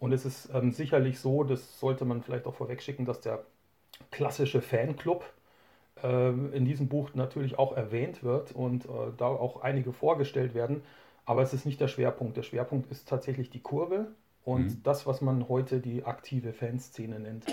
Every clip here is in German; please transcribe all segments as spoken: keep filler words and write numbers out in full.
Und es ist ähm, sicherlich so, das sollte man vielleicht auch vorweg schicken, dass der klassische Fanclub äh, in diesem Buch natürlich auch erwähnt wird und äh, da auch einige vorgestellt werden. Aber es ist nicht der Schwerpunkt. Der Schwerpunkt ist tatsächlich die Kurve und Mhm. das, was man heute die aktive Fanszene nennt.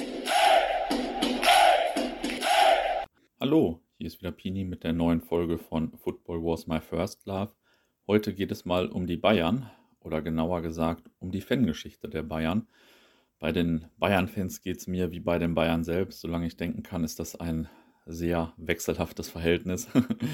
Hallo, hier ist wieder Pini mit der neuen Folge von Football Was My First Love. Heute geht es mal um die Bayern oder genauer gesagt um die Fangeschichte der Bayern. Bei den Bayern-Fans geht es mir wie bei den Bayern selbst. Solange ich denken kann, ist das ein sehr wechselhaftes Verhältnis.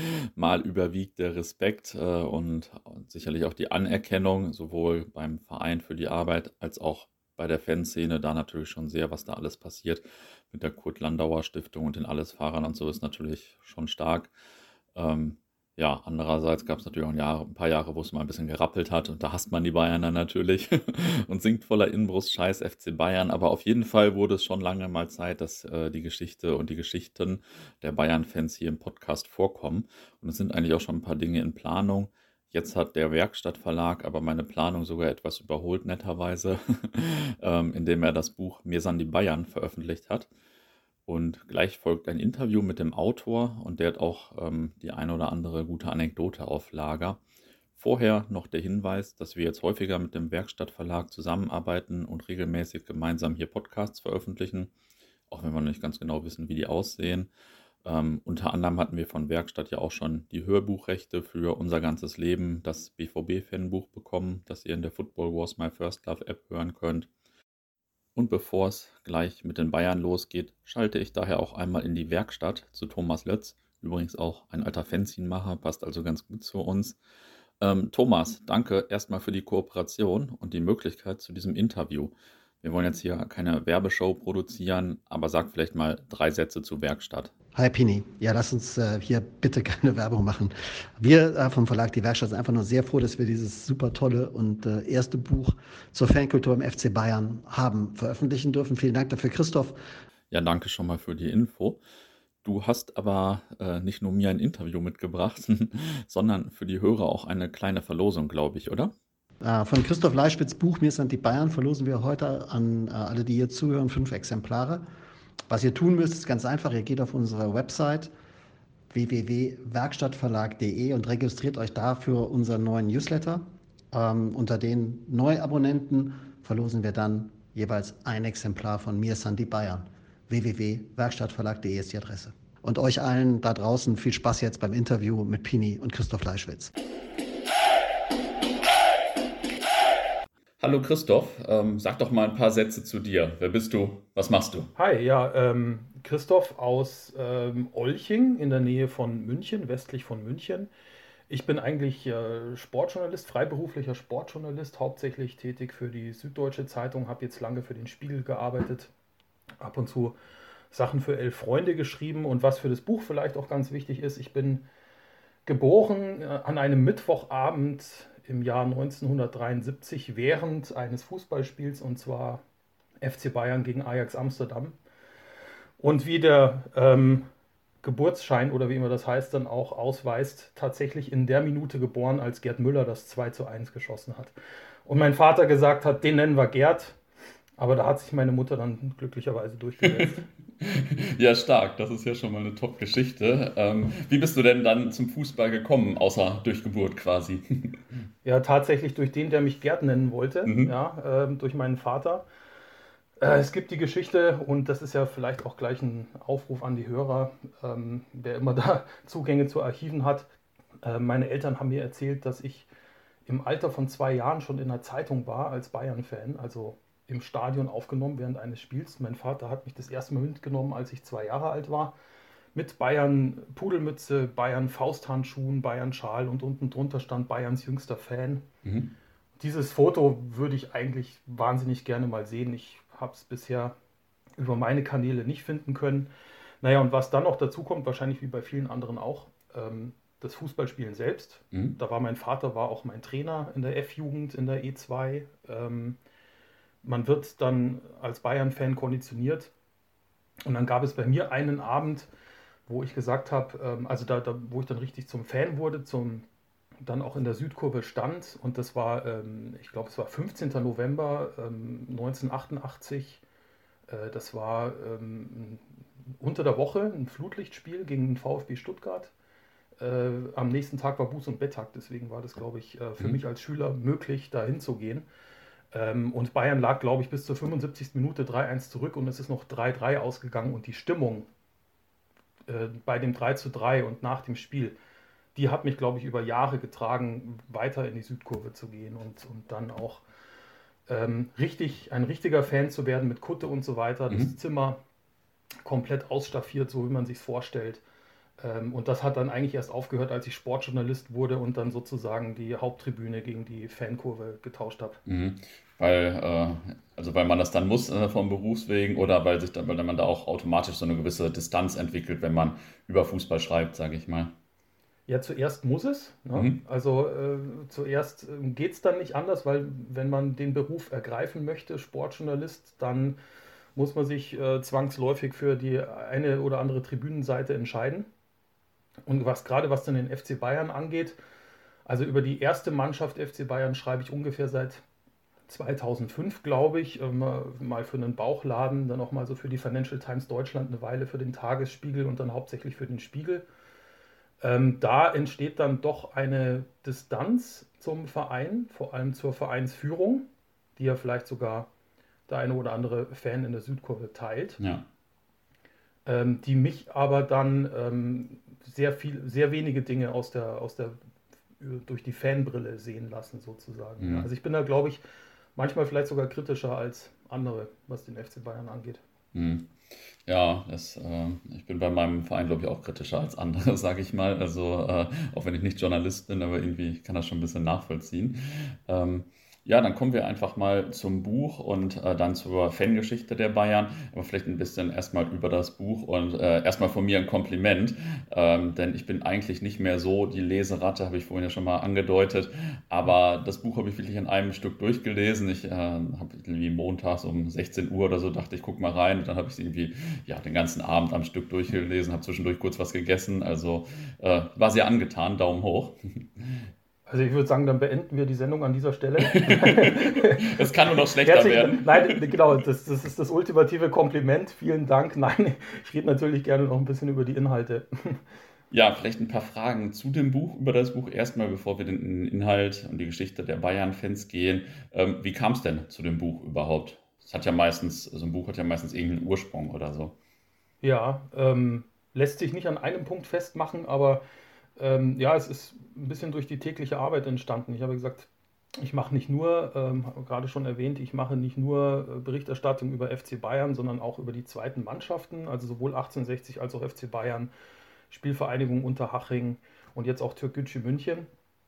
Mal überwiegt der Respekt äh, und sicherlich auch die Anerkennung, sowohl beim Verein für die Arbeit als auch bei der Fanszene. Da natürlich schon sehr, was da alles passiert mit der Kurt-Landauer-Stiftung und den Allesfahrern und so ist natürlich schon stark. Ähm, ja, andererseits gab es natürlich auch ein, Jahr, ein paar Jahre, wo es mal ein bisschen gerappelt hat und da hasst man die Bayern dann natürlich und singt voller Inbrunst Scheiß F C Bayern. Aber auf jeden Fall wurde es schon lange mal Zeit, dass äh, die Geschichte und die Geschichten der Bayern-Fans hier im Podcast vorkommen. Und es sind eigentlich auch schon ein paar Dinge in Planung. Jetzt hat der Werkstattverlag aber meine Planung sogar etwas überholt, netterweise, ähm, indem er das Buch Mir san die Bayern veröffentlicht hat. Und gleich folgt ein Interview mit dem Autor und der hat auch ähm, die eine oder andere gute Anekdote auf Lager. Vorher noch der Hinweis, dass wir jetzt häufiger mit dem Werkstattverlag zusammenarbeiten und regelmäßig gemeinsam hier Podcasts veröffentlichen, auch wenn wir noch nicht ganz genau wissen, wie die aussehen. Ähm, unter anderem hatten wir von Werkstatt ja auch schon die Hörbuchrechte für Unser ganzes Leben, das B V B-Fanbuch bekommen, das ihr in der Football Was My First Love App hören könnt. Und bevor es gleich mit den Bayern losgeht, schalte ich daher auch einmal in die Werkstatt zu Thomas Lötz, übrigens auch ein alter Fanzinmacher, passt also ganz gut zu uns. Ähm, Thomas, danke erstmal für die Kooperation und die Möglichkeit zu diesem Interview. Wir wollen jetzt hier keine Werbeshow produzieren, aber sag vielleicht mal drei Sätze zur Werkstatt. Hi Pini. Ja, lass uns äh, hier bitte keine Werbung machen. Wir äh, vom Verlag Die Werkstatt sind einfach nur sehr froh, dass wir dieses super tolle und äh, erste Buch zur Fankultur im F C Bayern haben veröffentlichen dürfen. Vielen Dank dafür, Christoph. Ja, danke schon mal für die Info. Du hast aber äh, nicht nur mir ein Interview mitgebracht, sondern für die Hörer auch eine kleine Verlosung, glaube ich, oder? Äh, von Christoph Leischwitz Buch Mir sind die Bayern verlosen wir heute an äh, alle, die hier zuhören, fünf Exemplare. Was ihr tun müsst, ist ganz einfach. Ihr geht auf unsere Website w w w punkt werkstattverlag punkt de und registriert euch da für unseren neuen Newsletter. Ähm, unter den Neuabonnenten verlosen wir dann jeweils ein Exemplar von Mir sind die Bayern. w w w punkt werkstattverlag punkt de ist die Adresse. Und euch allen da draußen viel Spaß jetzt beim Interview mit Pini und Christoph Leischwitz. Hallo Christoph, ähm, sag doch mal ein paar Sätze zu dir. Wer bist du? Was machst du? Hi, ja, ähm, Christoph aus ähm, Olching in der Nähe von München, westlich von München. Ich bin eigentlich äh, Sportjournalist, freiberuflicher Sportjournalist, hauptsächlich tätig für die Süddeutsche Zeitung, habe jetzt lange für den Spiegel gearbeitet, ab und zu Sachen für Elf Freunde geschrieben und was für das Buch vielleicht auch ganz wichtig ist, ich bin geboren äh, an einem Mittwochabend im Jahr neunzehnhundertdreiundsiebzig während eines Fußballspiels und zwar F C Bayern gegen Ajax Amsterdam. Und wie der ähm, Geburtsschein oder wie immer das heißt, dann auch ausweist, tatsächlich in der Minute geboren, als Gerd Müller das zwei zu eins geschossen hat. Und mein Vater gesagt hat, den nennen wir Gerd. Aber da hat sich meine Mutter dann glücklicherweise durchgesetzt. Ja, stark. Das ist ja schon mal eine Top-Geschichte. Ähm, wie bist du denn dann zum Fußball gekommen, außer durch Geburt quasi? Ja, tatsächlich durch den, der mich Gerd nennen wollte, Mhm. ja, ähm, durch meinen Vater. Äh, es gibt die Geschichte, und das ist ja vielleicht auch gleich ein Aufruf an die Hörer, ähm, wer immer da Zugänge zu Archiven hat. Äh, meine Eltern haben mir erzählt, dass ich im Alter von zwei Jahren schon in der Zeitung war als Bayern-Fan, also im Stadion aufgenommen während eines Spiels. Mein Vater hat mich das erste Mal mitgenommen, als ich zwei Jahre alt war, mit Bayern Pudelmütze, Bayern Fausthandschuhen, Bayern Schal und unten drunter stand Bayerns jüngster Fan. Mhm. Dieses Foto würde ich eigentlich wahnsinnig gerne mal sehen. Ich habe es bisher über meine Kanäle nicht finden können. Naja, und was dann noch dazu kommt, wahrscheinlich wie bei vielen anderen auch, ähm, das Fußballspielen selbst. Mhm. Da war mein Vater, war auch mein Trainer in der F-Jugend, in der E zwei. Ähm, man wird dann als Bayern-Fan konditioniert. Und dann gab es bei mir einen Abend, wo ich gesagt habe, ähm, also da, da, wo ich dann richtig zum Fan wurde, zum dann auch in der Südkurve stand. Und das war, ähm, ich glaube, es war fünfzehnten November ähm, neunzehnhundertachtundachtzig. Äh, das war ähm, unter der Woche ein Flutlichtspiel gegen den VfB Stuttgart. Äh, am nächsten Tag war Buß- und Betttag, deswegen war das, glaube ich, äh, für Mhm. mich als Schüler möglich, da hinzugehen. Ähm, und Bayern lag, glaube ich, bis zur fünfundsiebzigsten Minute drei eins zurück und es ist noch drei drei ausgegangen. Und die Stimmung äh, bei dem drei zu drei und nach dem Spiel, die hat mich, glaube ich, über Jahre getragen, weiter in die Südkurve zu gehen und, und dann auch ähm, richtig, ein richtiger Fan zu werden mit Kutte und so weiter. Das Mhm. Zimmer komplett ausstaffiert, so wie man sich vorstellt. Ähm, und das hat dann eigentlich erst aufgehört, als ich Sportjournalist wurde und dann sozusagen die Haupttribüne gegen die Fankurve getauscht habe. Mhm. Weil, äh, also weil man das dann muss äh, vom Berufswegen oder weil sich da, weil man da auch automatisch so eine gewisse Distanz entwickelt, wenn man über Fußball schreibt, sage ich mal. Ja, zuerst muss es. Ne? Mhm. Also äh, zuerst äh, geht es dann nicht anders, weil wenn man den Beruf ergreifen möchte, Sportjournalist, dann muss man sich äh, zwangsläufig für die eine oder andere Tribünenseite entscheiden. Und was gerade was dann den F C Bayern angeht, also über die erste Mannschaft F C Bayern schreibe ich ungefähr seit zweitausendfünf, glaube ich, ähm, mal für einen Bauchladen, dann auch mal so für die Financial Times Deutschland eine Weile, für den Tagesspiegel und dann hauptsächlich für den Spiegel. Ähm, da entsteht dann doch eine Distanz zum Verein, vor allem zur Vereinsführung, die ja vielleicht sogar der eine oder andere Fan in der Südkurve teilt, Ja. ähm, die mich aber dann ähm, sehr viel, sehr wenige Dinge aus der, aus der, durch die Fanbrille sehen lassen, sozusagen. Ja, Mhm. also ich bin da, glaube ich, manchmal vielleicht sogar kritischer als andere, was den F C Bayern angeht. Mhm. Ja, das, äh, ich bin bei meinem Verein, glaube ich, auch kritischer als andere, sage ich mal. Also, äh, auch wenn ich nicht Journalist bin, aber irgendwie ich kann das schon ein bisschen nachvollziehen. Ähm, ja, dann kommen wir einfach mal zum Buch und äh, dann zur Fangeschichte der Bayern. Aber vielleicht ein bisschen erstmal über das Buch und äh, erstmal von mir ein Kompliment, ähm, denn ich bin eigentlich nicht mehr so die Leseratte, habe ich vorhin ja schon mal angedeutet. Aber das Buch habe ich wirklich in einem Stück durchgelesen. Ich äh, habe irgendwie montags um sechzehn Uhr oder so dachte ich, guck mal rein und dann habe ich es irgendwie ja, den ganzen Abend am Stück durchgelesen, habe zwischendurch kurz was gegessen. Also äh, war sehr angetan, Daumen hoch. Also ich würde sagen, dann beenden wir die Sendung an dieser Stelle. Es kann nur noch schlechter Herzlich, werden. nein, genau, das, das ist das ultimative Kompliment. Vielen Dank. Nein, ich rede natürlich gerne noch ein bisschen über die Inhalte. Ja, vielleicht ein paar Fragen zu dem Buch, über das Buch erstmal, bevor wir den Inhalt und die Geschichte der Bayern-Fans gehen. Ähm, wie kam es denn zu dem Buch überhaupt? Es hat ja meistens, so ein Buch hat ja meistens irgendeinen Ursprung oder so. Ja, ähm, lässt sich nicht an einem Punkt festmachen, aber ähm, ja, es ist ein bisschen durch die tägliche Arbeit entstanden. Ich habe gesagt, ich mache nicht nur, ähm, habe gerade schon erwähnt, ich mache nicht nur äh, Berichterstattung über F C Bayern, sondern auch über die zweiten Mannschaften, also sowohl achtzehnhundertsechzig als auch F C Bayern, Spielvereinigung Unterhaching und jetzt auch Türkgücü München.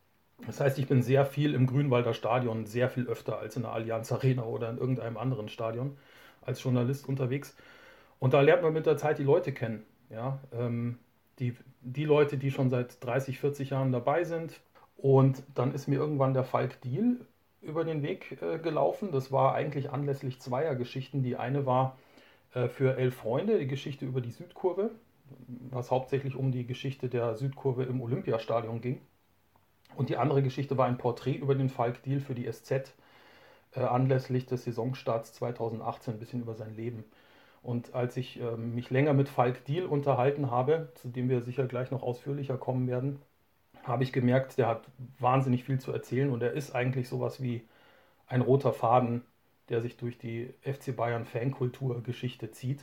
Das heißt, ich bin sehr viel im Grünwalder Stadion, sehr viel öfter als in der Allianz Arena oder in irgendeinem anderen Stadion als Journalist unterwegs. Und da lernt man mit der Zeit die Leute kennen. Ja, ähm, die, die Leute, die schon seit dreißig, vierzig Jahren dabei sind. Und dann ist mir irgendwann der Falk Diehl über den Weg äh, gelaufen. Das war eigentlich anlässlich zweier Geschichten. Die eine war äh, für Elf Freunde, die Geschichte über die Südkurve, was hauptsächlich um die Geschichte der Südkurve im Olympiastadion ging. Und die andere Geschichte war ein Porträt über den Falk Diehl für die S Z äh, anlässlich des Saisonstarts zweitausendachtzehn, ein bisschen über sein Leben. Und als ich äh, mich länger mit Falk Diehl unterhalten habe, zu dem wir sicher gleich noch ausführlicher kommen werden, habe ich gemerkt, der hat wahnsinnig viel zu erzählen und er ist eigentlich sowas wie ein roter Faden, der sich durch die F C Bayern Fankultur-Geschichte zieht.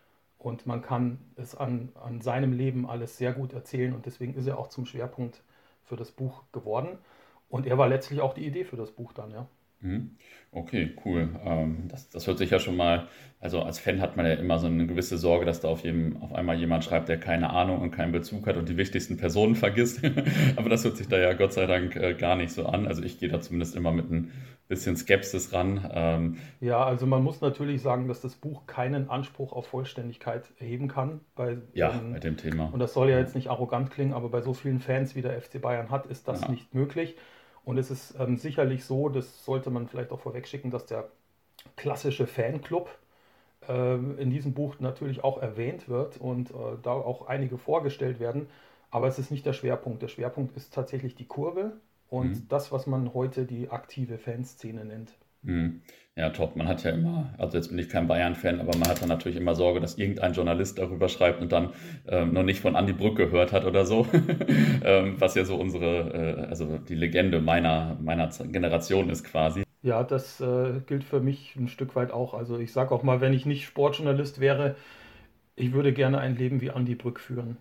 Und man kann es an, an seinem Leben alles sehr gut erzählen und deswegen ist er auch zum Schwerpunkt für das Buch geworden. Und er war letztlich auch die Idee für das Buch dann, ja. Mhm. Okay, cool. Ähm, das, das hört sich ja schon mal, also als Fan hat man ja immer so eine gewisse Sorge, dass da auf, jedem, auf einmal jemand schreibt, der keine Ahnung und keinen Bezug hat und die wichtigsten Personen vergisst. Aber das hört sich da ja Gott sei Dank äh, gar nicht so an. Also ich gehe da zumindest immer mit ein bisschen Skepsis ran. Ähm, Ja, also man muss natürlich sagen, dass das Buch keinen Anspruch auf Vollständigkeit erheben kann. Bei, ja, ähm, bei dem Thema. und das soll ja Ja, jetzt nicht arrogant klingen, aber bei so vielen Fans wie der F C Bayern hat, ist das ja. nicht möglich. Und es ist ähm, sicherlich so, das sollte man vielleicht auch vorwegschicken, dass der klassische Fanclub ähm, in diesem Buch natürlich auch erwähnt wird und äh, da auch einige vorgestellt werden. Aber es ist nicht der Schwerpunkt. Der Schwerpunkt ist tatsächlich die Kurve und Mhm. das, was man heute die aktive Fanszene nennt. Mhm. Ja, top. Man hat ja immer, also jetzt bin ich kein Bayern-Fan, aber man hat dann natürlich immer Sorge, dass irgendein Journalist darüber schreibt und dann ähm, noch nicht von Andi Brück gehört hat oder so. ähm, was ja so unsere, äh, also die Legende meiner, meiner Z- Generation ist quasi. Ja, das äh, gilt für mich ein Stück weit auch. Also ich sage auch mal, wenn ich nicht Sportjournalist wäre, ich würde gerne ein Leben wie Andi Brück führen.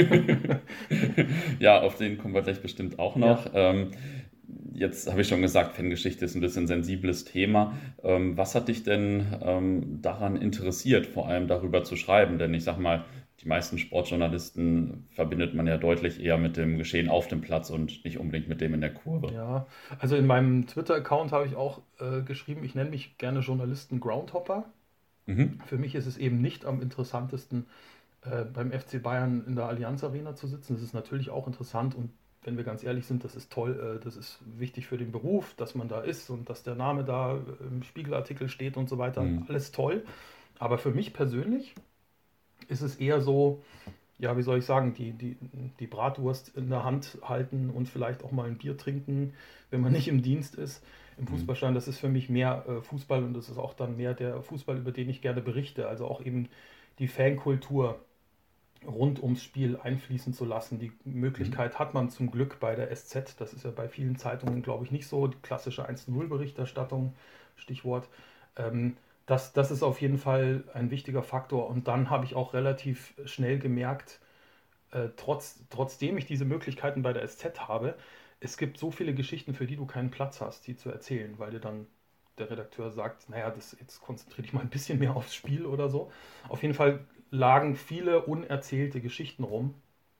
Ja, auf den kommen wir gleich bestimmt auch Ja. noch. Ähm, jetzt habe ich schon gesagt, Fangeschichte ist ein bisschen ein sensibles Thema. Ähm, was hat dich denn ähm, daran interessiert, vor allem darüber zu schreiben? Denn ich sag mal, die meisten Sportjournalisten verbindet man ja deutlich eher mit dem Geschehen auf dem Platz und nicht unbedingt mit dem in der Kurve. Ja, also in meinem Twitter-Account habe ich auch äh, geschrieben, ich nenne mich gerne Journalisten Groundhopper. Mhm. Für mich ist es eben nicht am interessantesten, äh, beim F C Bayern in der Allianz Arena zu sitzen. Das ist natürlich auch interessant und wenn wir ganz ehrlich sind, das ist toll, äh, das ist wichtig für den Beruf, dass man da ist und dass der Name da äh, im Spiegelartikel steht und so weiter. Mhm. Alles toll. Aber für mich persönlich ist es eher so, ja, wie soll ich sagen, die, die, die Bratwurst in der Hand halten und vielleicht auch mal ein Bier trinken, wenn man nicht im Dienst ist. Im Mhm. Fußballstadion, das ist für mich mehr äh, Fußball und das ist auch dann mehr der Fußball, über den ich gerne berichte. Also auch eben die Fankultur rund ums Spiel einfließen zu lassen. Die Mhm. Möglichkeit hat man zum Glück bei der S Z. Das ist ja bei vielen Zeitungen, glaube ich, nicht so. Die klassische eins zu null-Berichterstattung, Stichwort. Ähm, das, das ist auf jeden Fall ein wichtiger Faktor. Und dann habe ich auch relativ schnell gemerkt, äh, trotz, trotzdem ich diese Möglichkeiten bei der S Z habe, es gibt so viele Geschichten, für die du keinen Platz hast, die zu erzählen, weil dir dann der Redakteur sagt, naja, das, jetzt konzentriere dich mal ein bisschen mehr aufs Spiel oder so. Auf jeden Fall lagen viele unerzählte Geschichten rum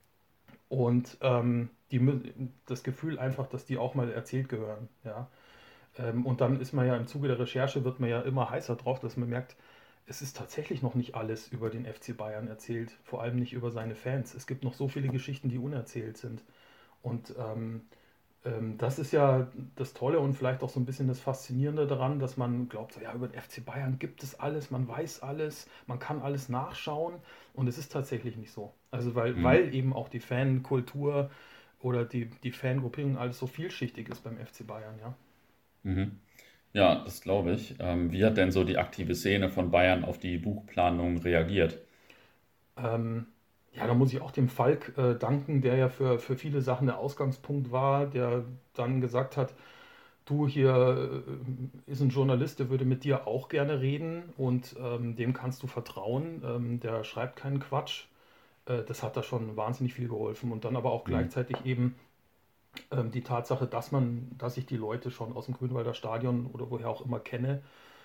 und ähm, die, das Gefühl einfach, dass die auch mal erzählt gehören. Ja. Ähm, und dann ist man ja im Zuge der Recherche, wird man ja immer heißer drauf, dass man merkt, es ist tatsächlich noch nicht alles über den F C Bayern erzählt, vor allem nicht über seine Fans. Es gibt noch so viele Geschichten, die unerzählt sind. Und ähm, ähm, das ist ja das Tolle und vielleicht auch so ein bisschen das Faszinierende daran, dass man glaubt, so, ja, über den F C Bayern gibt es alles, man weiß alles, man kann alles nachschauen und es ist tatsächlich nicht so. Also weil, Mhm. weil eben auch die Fankultur oder die, die Fangruppierung alles so vielschichtig ist beim F C Bayern, ja. Mhm. Ja, das glaube ich. Ähm, wie hat denn so die aktive Szene von Bayern auf die Buchplanung reagiert? Ähm, ja, da muss ich auch dem Falk äh, danken, der ja für, für viele Sachen der Ausgangspunkt war, der dann gesagt hat, du hier äh, ist ein Journalist, der würde mit dir auch gerne reden und ähm, dem kannst du vertrauen, ähm, der schreibt keinen Quatsch. Äh, das hat da schon wahnsinnig viel geholfen und dann aber auch Mhm. gleichzeitig eben ähm, die Tatsache, dass man, dass ich die Leute schon aus dem Grünwalder Stadion oder woher auch immer kenne.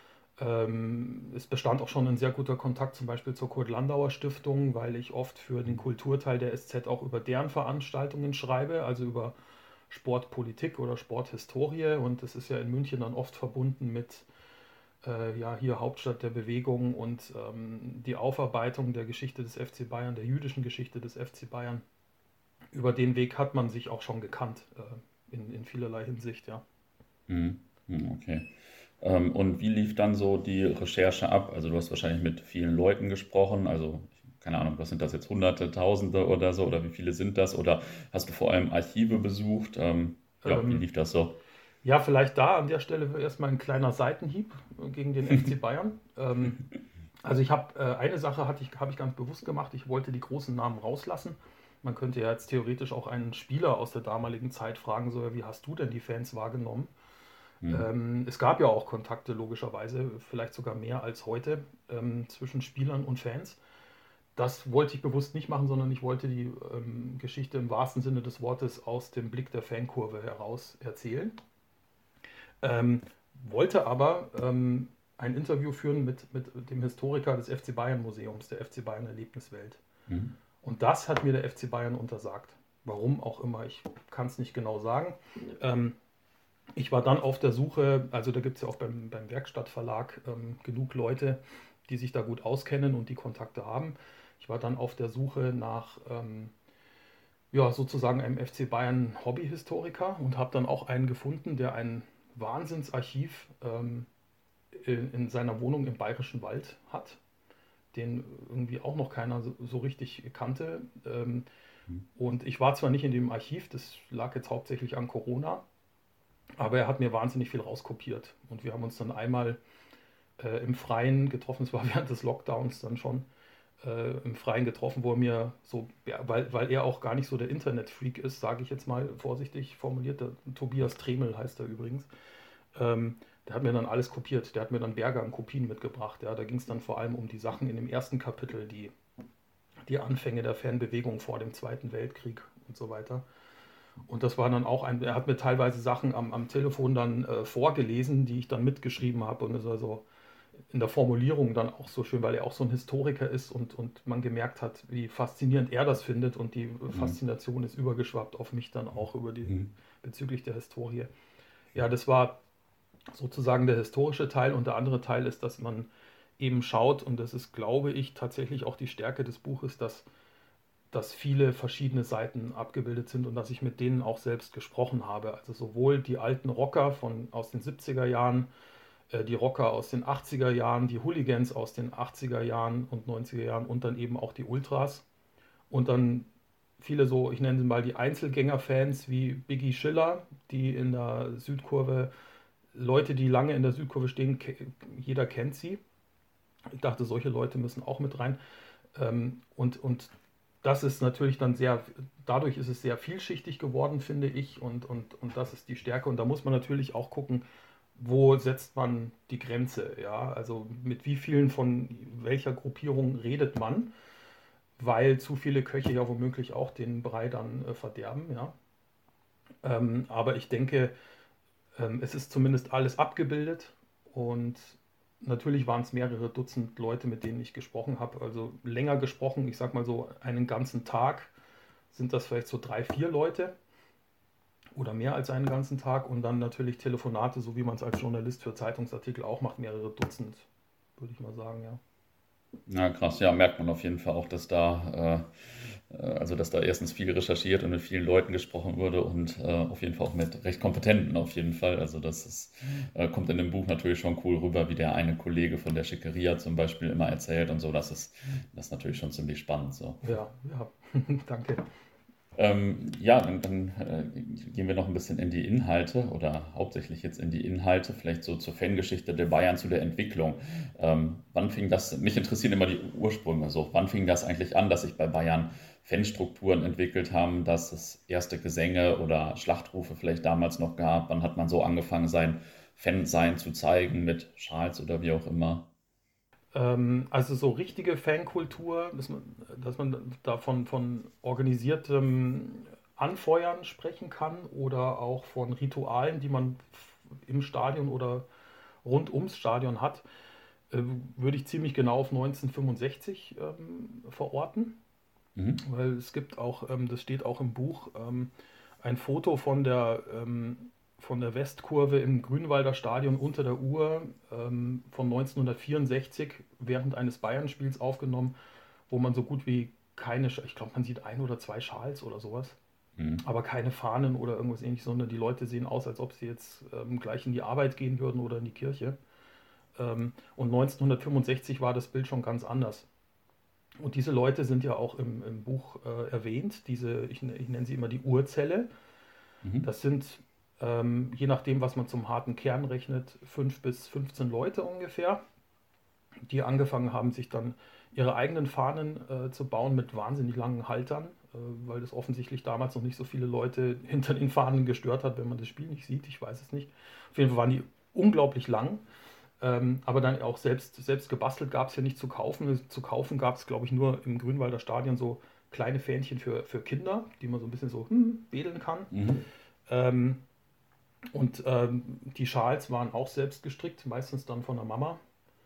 Ähm, es bestand auch schon ein sehr guter Kontakt zum Beispiel zur Kurt-Landauer Stiftung, weil ich oft für den Kulturteil der S Z auch über deren Veranstaltungen schreibe, also über Sportpolitik oder Sporthistorie. Und das ist ja in München dann oft verbunden mit, äh, ja, hier Hauptstadt der Bewegung und ähm, die Aufarbeitung der Geschichte des F C Bayern, der jüdischen Geschichte des F C Bayern. Über den Weg hat man sich auch schon gekannt, äh, in, in vielerlei Hinsicht, ja. Mhm. Mhm, okay. Ähm, und wie lief dann so die Recherche ab? Also du hast wahrscheinlich mit vielen Leuten gesprochen, also keine Ahnung, was sind das jetzt, Hunderte, Tausende oder so, oder wie viele sind das? Oder hast du vor allem Archive besucht? Ähm, ja, wie Ähm, lief das so? Ja, vielleicht da an der Stelle erstmal ein kleiner Seitenhieb gegen den F C Bayern. Ähm, also ich habe äh, eine Sache hatte ich, habe ich ganz bewusst gemacht. Ich wollte die großen Namen rauslassen. Man könnte ja jetzt theoretisch auch einen Spieler aus der damaligen Zeit fragen, so, ja, wie hast du denn die Fans wahrgenommen? Mhm. Ähm, es gab ja auch Kontakte, logischerweise, vielleicht sogar mehr als heute, ähm, zwischen Spielern und Fans. Das wollte ich bewusst nicht machen, sondern ich wollte die ähm, Geschichte im wahrsten Sinne des Wortes aus dem Blick der Fankurve heraus erzählen. Ähm, wollte aber ähm, ein Interview führen mit, mit dem Historiker des F C Bayern Museums, der F C Bayern Erlebniswelt. Mhm. Und das hat mir der F C Bayern untersagt. Warum auch immer, ich kann es nicht genau sagen. Ähm, ich war dann auf der Suche, also da gibt es ja auch beim, beim Werkstattverlag ähm, genug Leute, die sich da gut auskennen und die Kontakte haben. Ich war dann auf der Suche nach ähm, ja, sozusagen einem F C Bayern Hobbyhistoriker und habe dann auch einen gefunden, der ein Wahnsinnsarchiv ähm, in, in seiner Wohnung im Bayerischen Wald hat, den irgendwie auch noch keiner so, so richtig kannte. Ähm, Und ich war zwar nicht in dem Archiv, das lag jetzt hauptsächlich an Corona, aber er hat mir wahnsinnig viel rauskopiert. Und wir haben uns dann einmal äh, im Freien getroffen, es war während des Lockdowns dann schon, äh, im Freien getroffen, wo er mir so, ja, weil, weil er auch gar nicht so der Internet-Freak ist, sage ich jetzt mal vorsichtig formuliert, der, Tobias Tremel heißt er übrigens, ähm, der hat mir dann alles kopiert, der hat mir dann Berge an Kopien mitgebracht. Ja, da ging es dann vor allem um die Sachen in dem ersten Kapitel, die, die Anfänge der Fanbewegung vor dem Zweiten Weltkrieg und so weiter. Und das war dann auch ein, er hat mir teilweise Sachen am, am Telefon dann äh, vorgelesen, die ich dann mitgeschrieben habe. Und das war so in der Formulierung dann auch so schön, weil er auch so ein Historiker ist und, und man gemerkt hat, wie faszinierend er das findet. Und die Mhm. Faszination ist übergeschwappt auf mich dann auch über die, Mhm. bezüglich der Historie. Ja, das war sozusagen der historische Teil. Und der andere Teil ist, dass man eben schaut, und das ist, glaube ich, tatsächlich auch die Stärke des Buches, dass dass viele verschiedene Seiten abgebildet sind und dass ich mit denen auch selbst gesprochen habe. Also sowohl die alten Rocker von, aus den siebziger Jahren, äh, die Rocker aus den achtziger Jahren, die Hooligans aus den achtziger Jahren und neunziger Jahren und dann eben auch die Ultras. Und dann viele so, ich nenne sie mal die Einzelgänger-Fans wie Biggie Schiller, die in der Südkurve, Leute, die lange in der Südkurve stehen, ke- jeder kennt sie. Ich dachte, solche Leute müssen auch mit rein. Ähm, und, und das ist natürlich dann sehr, dadurch ist es sehr vielschichtig geworden, finde ich, und, und, und das ist die Stärke. Und da muss man natürlich auch gucken, wo setzt man die Grenze, ja, also mit wie vielen von welcher Gruppierung redet man, weil zu viele Köche ja womöglich auch den Brei dann äh, verderben, ja. Ähm, aber ich denke, ähm, es ist zumindest alles abgebildet und natürlich waren es mehrere Dutzend Leute, mit denen ich gesprochen habe. Also länger gesprochen, ich sag mal so einen ganzen Tag sind das vielleicht so drei, vier Leute oder mehr als einen ganzen Tag und dann natürlich Telefonate, so wie man es als Journalist für Zeitungsartikel auch macht, mehrere Dutzend, würde ich mal sagen, ja. Ja, krass, ja, merkt man auf jeden Fall auch, dass da, äh, äh, also dass da erstens viel recherchiert und mit vielen Leuten gesprochen wurde und äh, auf jeden Fall auch mit recht kompetenten auf jeden Fall. Also das ist, äh, kommt in dem Buch natürlich schon cool rüber, wie der eine Kollege von der Schickeria zum Beispiel immer erzählt und so. Das ist, das ist natürlich schon ziemlich spannend so. Ja, ja, danke. Ähm, ja, dann, dann äh, gehen wir noch ein bisschen in die Inhalte oder hauptsächlich jetzt in die Inhalte, vielleicht so zur Fangeschichte der Bayern, zu der Entwicklung. Ähm, wann fing das, mich interessieren immer die Ursprünge so, wann fing das eigentlich an, dass sich bei Bayern Fanstrukturen entwickelt haben, dass es erste Gesänge oder Schlachtrufe vielleicht damals noch gab? Wann hat man so angefangen, sein Fansein zu zeigen mit Schals oder wie auch immer? Ähm, also so richtige Fankultur, dass man, dass man davon von organisiertem Anfeuern sprechen kann oder auch von Ritualen, die man im Stadion oder rund ums Stadion hat, äh, würde ich ziemlich genau auf neunzehnhundertfünfundsechzig ähm, verorten. Mhm. Weil es gibt auch, ähm, das steht auch im Buch, ähm, ein Foto von der, ähm, von der Westkurve im Grünwalder Stadion unter der Uhr ähm, von neunzehnhundertvierundsechzig während eines Bayern-Spiels aufgenommen, wo man so gut wie keine, Sch- ich glaube, man sieht ein oder zwei Schals oder sowas, Mhm. aber keine Fahnen oder irgendwas ähnliches, sondern die Leute sehen aus, als ob sie jetzt ähm, gleich in die Arbeit gehen würden oder in die Kirche. Ähm, und neunzehnhundertfünfundsechzig war das Bild schon ganz anders. Und diese Leute sind ja auch im, im Buch äh, erwähnt, diese, ich, ich nenne sie immer die Urzelle. Mhm. Das sind, ähm, je nachdem, was man zum harten Kern rechnet, fünf bis fünfzehn Leute ungefähr, die angefangen haben, sich dann ihre eigenen Fahnen äh, zu bauen mit wahnsinnig langen Haltern, äh, weil das offensichtlich damals noch nicht so viele Leute hinter den Fahnen gestört hat, wenn man das Spiel nicht sieht. Ich weiß es nicht. Auf jeden Fall waren die unglaublich lang. Ähm, aber dann auch selbst, selbst gebastelt gab es ja nicht zu kaufen. Zu kaufen gab es, glaube ich, nur im Grünwalder Stadion so kleine Fähnchen für, für Kinder, die man so ein bisschen so hm, wedeln kann. Mhm. Ähm, und ähm, die Schals waren auch selbst gestrickt, meistens dann von der Mama.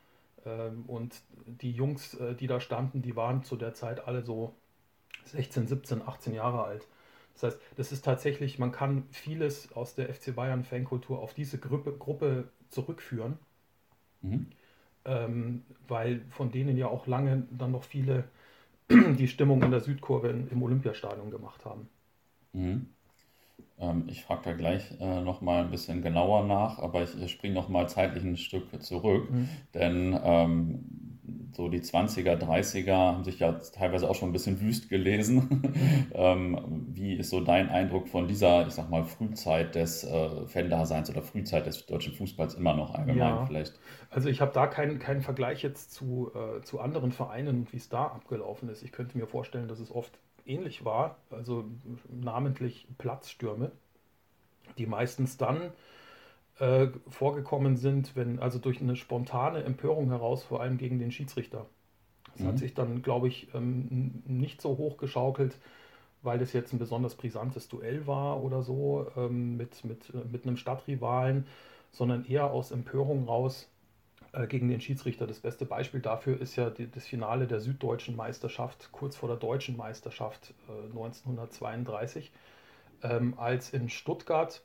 Ähm, und die Jungs, äh, die da standen, die waren zu der Zeit alle so sechzehn, siebzehn, achtzehn Jahre alt. Das heißt, das ist tatsächlich, man kann vieles aus der F C Bayern Fankultur auf diese Gruppe, Gruppe zurückführen. Mhm. Ähm, weil von denen ja auch lange dann noch viele die Stimmung in der Südkurve in, im Olympiastadion gemacht haben. Mhm. Ähm, ich frage da gleich äh, noch mal ein bisschen genauer nach, aber ich, ich springe noch mal zeitlich ein Stück zurück, Mhm. denn ähm, so die zwanziger, dreißiger haben sich ja teilweise auch schon ein bisschen wüst gelesen. ähm, wie ist so dein Eindruck von dieser, ich sag mal, Frühzeit des äh, Fan-Daseins oder Frühzeit des deutschen Fußballs immer noch allgemein Ja, vielleicht? also ich habe da keinen, keinen Vergleich jetzt zu, äh, zu anderen Vereinen und wie es da abgelaufen ist. Ich könnte mir vorstellen, dass es oft ähnlich war, also namentlich Platzstürme, die meistens dann äh, vorgekommen sind, wenn also durch eine spontane Empörung heraus, vor allem gegen den Schiedsrichter. Das hat Mhm. sich dann, glaube ich, ähm, nicht so hoch geschaukelt, weil das jetzt ein besonders brisantes Duell war oder so ähm, mit, mit, äh, mit einem Stadtrivalen, sondern eher aus Empörung raus äh, gegen den Schiedsrichter. Das beste Beispiel dafür ist ja die, das Finale der Süddeutschen Meisterschaft, kurz vor der Deutschen Meisterschaft äh, neunzehnhundertzweiunddreißig, ähm, als in Stuttgart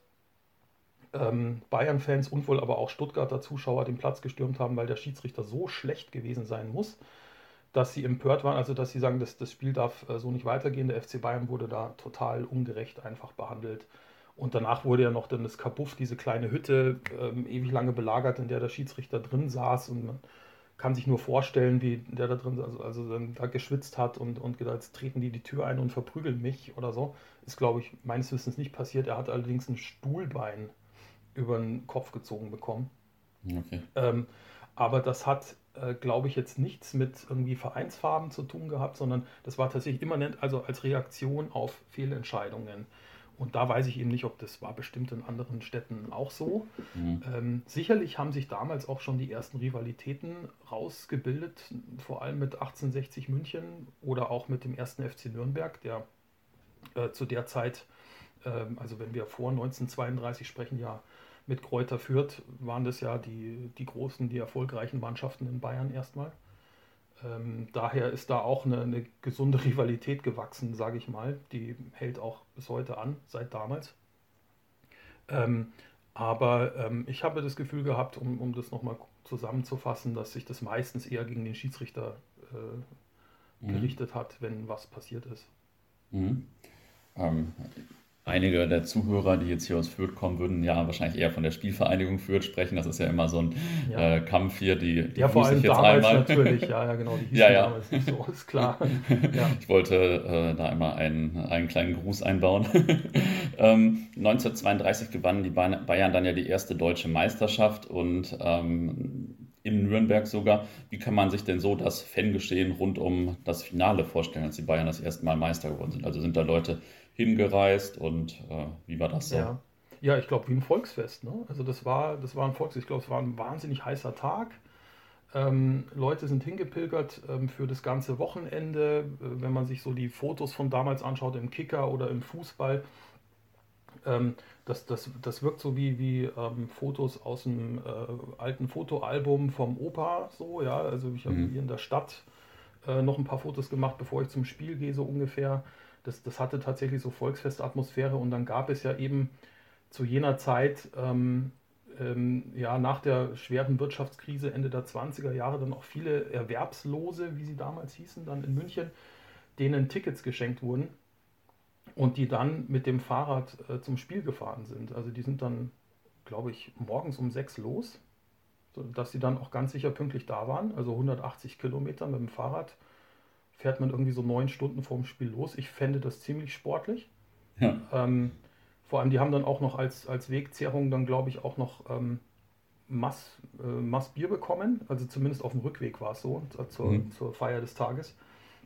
ähm, Bayern-Fans und wohl aber auch Stuttgarter Zuschauer den Platz gestürmt haben, weil der Schiedsrichter so schlecht gewesen sein muss, dass sie empört waren, also dass sie sagen, dass das Spiel darf äh, so nicht weitergehen. Der F C Bayern wurde da total ungerecht einfach behandelt. Und danach wurde ja noch dann das Kabuff, diese kleine Hütte, ähm, ewig lange belagert, in der der Schiedsrichter drin saß. Und man kann sich nur vorstellen, wie der da drin also, also dann da geschwitzt hat und, und gedacht, jetzt treten die die Tür ein und verprügeln mich oder so. Ist, glaube ich, meines Wissens nicht passiert. Er hat allerdings ein Stuhlbein über den Kopf gezogen bekommen. Okay. Ähm, aber das hat, äh, glaube ich, jetzt nichts mit irgendwie Vereinsfarben zu tun gehabt, sondern das war tatsächlich immanent, also als Reaktion auf Fehlentscheidungen. Und da weiß ich eben nicht, ob das war bestimmt in anderen Städten auch so. Mhm. Ähm, sicherlich haben sich damals auch schon die ersten Rivalitäten rausgebildet, vor allem mit achtzehnhundertsechzig München oder auch mit dem ersten F C Nürnberg, der äh, zu der Zeit, ähm, also wenn wir vor neunzehnhundertzweiunddreißig sprechen, ja mit Greuther Fürth waren das ja die, die großen, die erfolgreichen Mannschaften in Bayern erstmal. Ähm, daher ist da auch eine, eine gesunde Rivalität gewachsen, sage ich mal. Die hält auch bis heute an, seit damals. Ähm, aber ähm, ich habe das Gefühl gehabt, um, um das nochmal zusammenzufassen, dass sich das meistens eher gegen den Schiedsrichter äh, Mhm. gerichtet hat, wenn was passiert ist. Mhm. Ähm, Einige der Zuhörer, die jetzt hier aus Fürth kommen, würden ja wahrscheinlich eher von der Spielvereinigung Fürth sprechen. Das ist ja immer so ein Ja. äh, Kampf hier, die, die Ja, vor grüße ich allem jetzt damals einmal. natürlich. Ja, ja, genau. Die Ja, hießen ja. damals nicht so, ist klar. Ja. Ich wollte äh, da einmal einen, einen kleinen Gruß einbauen. ähm, neunzehnhundertzweiunddreißig gewannen die Bayern dann ja die erste deutsche Meisterschaft und ähm, in Nürnberg sogar. Wie kann man sich denn so das Fangeschehen rund um das Finale vorstellen, als die Bayern das erste Mal Meister geworden sind? Also sind da Leute hingereist und äh, wie war das so? Ja, ja, ich glaube, wie ein Volksfest, ne? Also das war, das war ein Volksfest. Ich glaube, es war ein wahnsinnig heißer Tag. Ähm, Leute sind hingepilgert ähm, für das ganze Wochenende. Äh, wenn man sich so die Fotos von damals anschaut im Kicker oder im Fußball, ähm, das, das, das wirkt so wie, wie ähm, Fotos aus einem äh, alten Fotoalbum vom Opa, so, ja. Also ich habe Mhm. hier in der Stadt äh, noch ein paar Fotos gemacht, bevor ich zum Spiel gehe, so ungefähr. Das, das hatte tatsächlich so Volksfestatmosphäre und dann gab es ja eben zu jener Zeit, ähm, ähm, ja, nach der schweren Wirtschaftskrise Ende der zwanziger Jahre dann auch viele Erwerbslose, wie sie damals hießen, dann in München, denen Tickets geschenkt wurden und die dann mit dem Fahrrad äh, zum Spiel gefahren sind. Also die sind dann, glaube ich, morgens um sechs los, sodass sie dann auch ganz sicher pünktlich da waren. Also hundertachtzig Kilometer mit dem Fahrrad fährt man irgendwie so neun Stunden vorm Spiel los. Ich fände das ziemlich sportlich. Ja. Ähm, vor allem, die haben dann auch noch als, als Wegzehrung dann, glaube ich, auch noch ähm, Mass, äh, Mass Bier bekommen. Also zumindest auf dem Rückweg war es so, äh, zur, Mhm. zur Feier des Tages.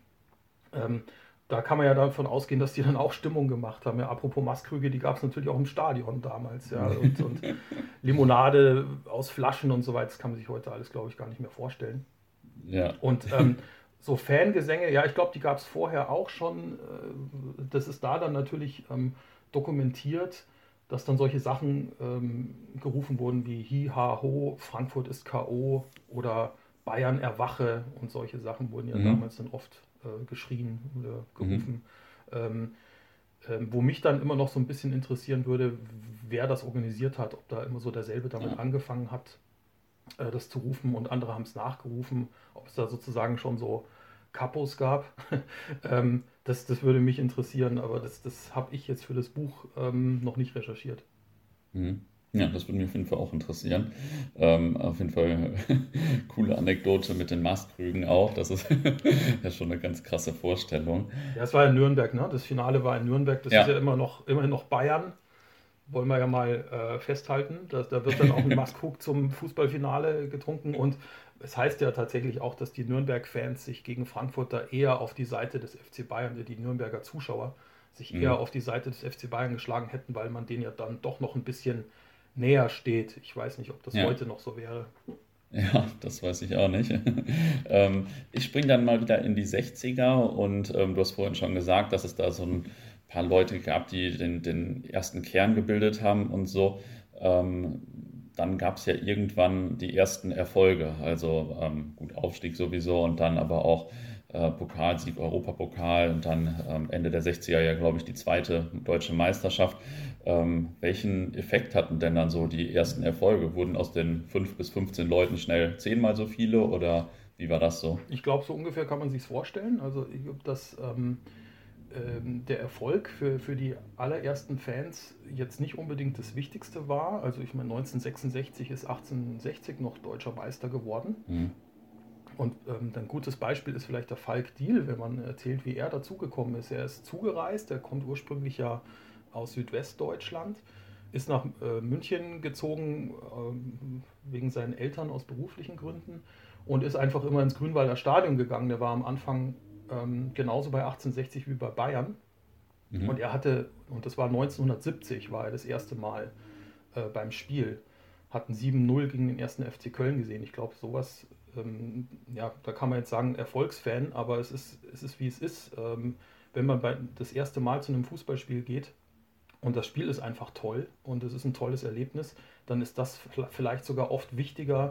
Ähm, da kann man ja davon ausgehen, dass die dann auch Stimmung gemacht haben. Ja, apropos Maßkrüge, die gab es natürlich auch im Stadion damals. Ja, und, und Limonade aus Flaschen und so weiter, das kann man sich heute alles, glaube ich, gar nicht mehr vorstellen. Ja. Und ähm, so Fangesänge, ja, ich glaube, die gab es vorher auch schon. Äh, das ist da dann natürlich ähm, dokumentiert, dass dann solche Sachen ähm, gerufen wurden wie Hi, Ha, Ho, Frankfurt ist K O oder Bayern erwache und solche Sachen wurden ja Mhm. damals dann oft äh, geschrien oder Mhm. gerufen. Ähm, ähm, wo mich dann immer noch so ein bisschen interessieren würde, wer das organisiert hat, ob da immer so derselbe damit Ja. angefangen hat, äh, das zu rufen und andere haben es nachgerufen, ob es da sozusagen schon so Kapos gab. ähm, das, das würde mich interessieren, aber das, das habe ich jetzt für das Buch ähm, noch nicht recherchiert. Mhm. Ja, das würde mich auf jeden Fall auch interessieren. Ähm, auf jeden Fall coole Anekdote mit den Maßkrügen auch. Das ist ja schon eine ganz krasse Vorstellung. Ja, es war in Nürnberg, ne? Das Finale war in Nürnberg. Das ist ja Ja, immer noch, immerhin noch Bayern. Wollen wir ja mal äh, festhalten. Da, da wird dann auch ein Maßkrug zum Fußballfinale getrunken. Und es heißt ja tatsächlich auch, dass die Nürnberg-Fans sich gegen Frankfurt da eher auf die Seite des F C Bayern, die Nürnberger Zuschauer, sich eher mhm. auf die Seite des F C Bayern geschlagen hätten, weil man denen ja dann doch noch ein bisschen näher steht. Ich weiß nicht, ob das Ja. heute noch so wäre. Ja, das weiß ich auch nicht. Ähm, ich springe dann mal wieder in die sechziger und ähm, du hast vorhin schon gesagt, dass es da so ein paar Leute gab, die den, den ersten Kern gebildet haben und so. Ähm, Dann gab es ja irgendwann die ersten Erfolge, also ähm, gut, Aufstieg sowieso und dann aber auch äh, Pokalsieg, Europapokal und dann ähm, Ende der sechziger ja, glaube ich, die zweite deutsche Meisterschaft. Ähm, welchen Effekt hatten denn dann so die ersten Erfolge? Wurden aus den fünf bis fünfzehn Leuten schnell zehnmal so viele oder wie war das so? Ich glaube, so ungefähr kann man sich vorstellen. Also, ich glaube, dass ähm, ähm, der Erfolg für, für die allerersten Fans jetzt nicht unbedingt das Wichtigste war. Also, ich meine, neunzehnhundertsechsundsechzig ist achtzehnhundertsechzig noch deutscher Meister geworden. Hm. Und ähm, ein gutes Beispiel ist vielleicht der Falk Diehl, wenn man erzählt, wie er dazugekommen ist. Er ist zugereist, er kommt ursprünglich ja aus Südwestdeutschland, ist nach äh, München gezogen ähm, wegen seinen Eltern aus beruflichen Gründen und ist einfach immer ins Grünwalder Stadion gegangen. Der war am Anfang ähm, genauso bei achtzehnhundertsechzig wie bei Bayern. Und Mhm. er hatte, und das war neunzehnhundertsiebzig, war er das erste Mal äh, beim Spiel, hatten sieben null gegen den ersten F C Köln gesehen. Ich glaube, sowas, ähm, ja, da kann man jetzt sagen, Erfolgsfan, aber es ist, es ist wie es ist. Ähm, wenn man bei, das erste Mal zu einem Fußballspiel geht und das Spiel ist einfach toll und es ist ein tolles Erlebnis, dann ist das vielleicht sogar oft wichtiger,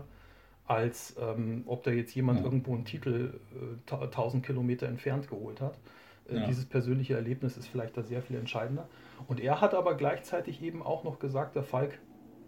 als ähm, ob da jetzt jemand Ja, irgendwo einen Titel äh, tausend Kilometer entfernt geholt hat. Äh, ja. dieses persönliche Erlebnis ist vielleicht da sehr viel entscheidender. Und er hat aber gleichzeitig eben auch noch gesagt, der Falk,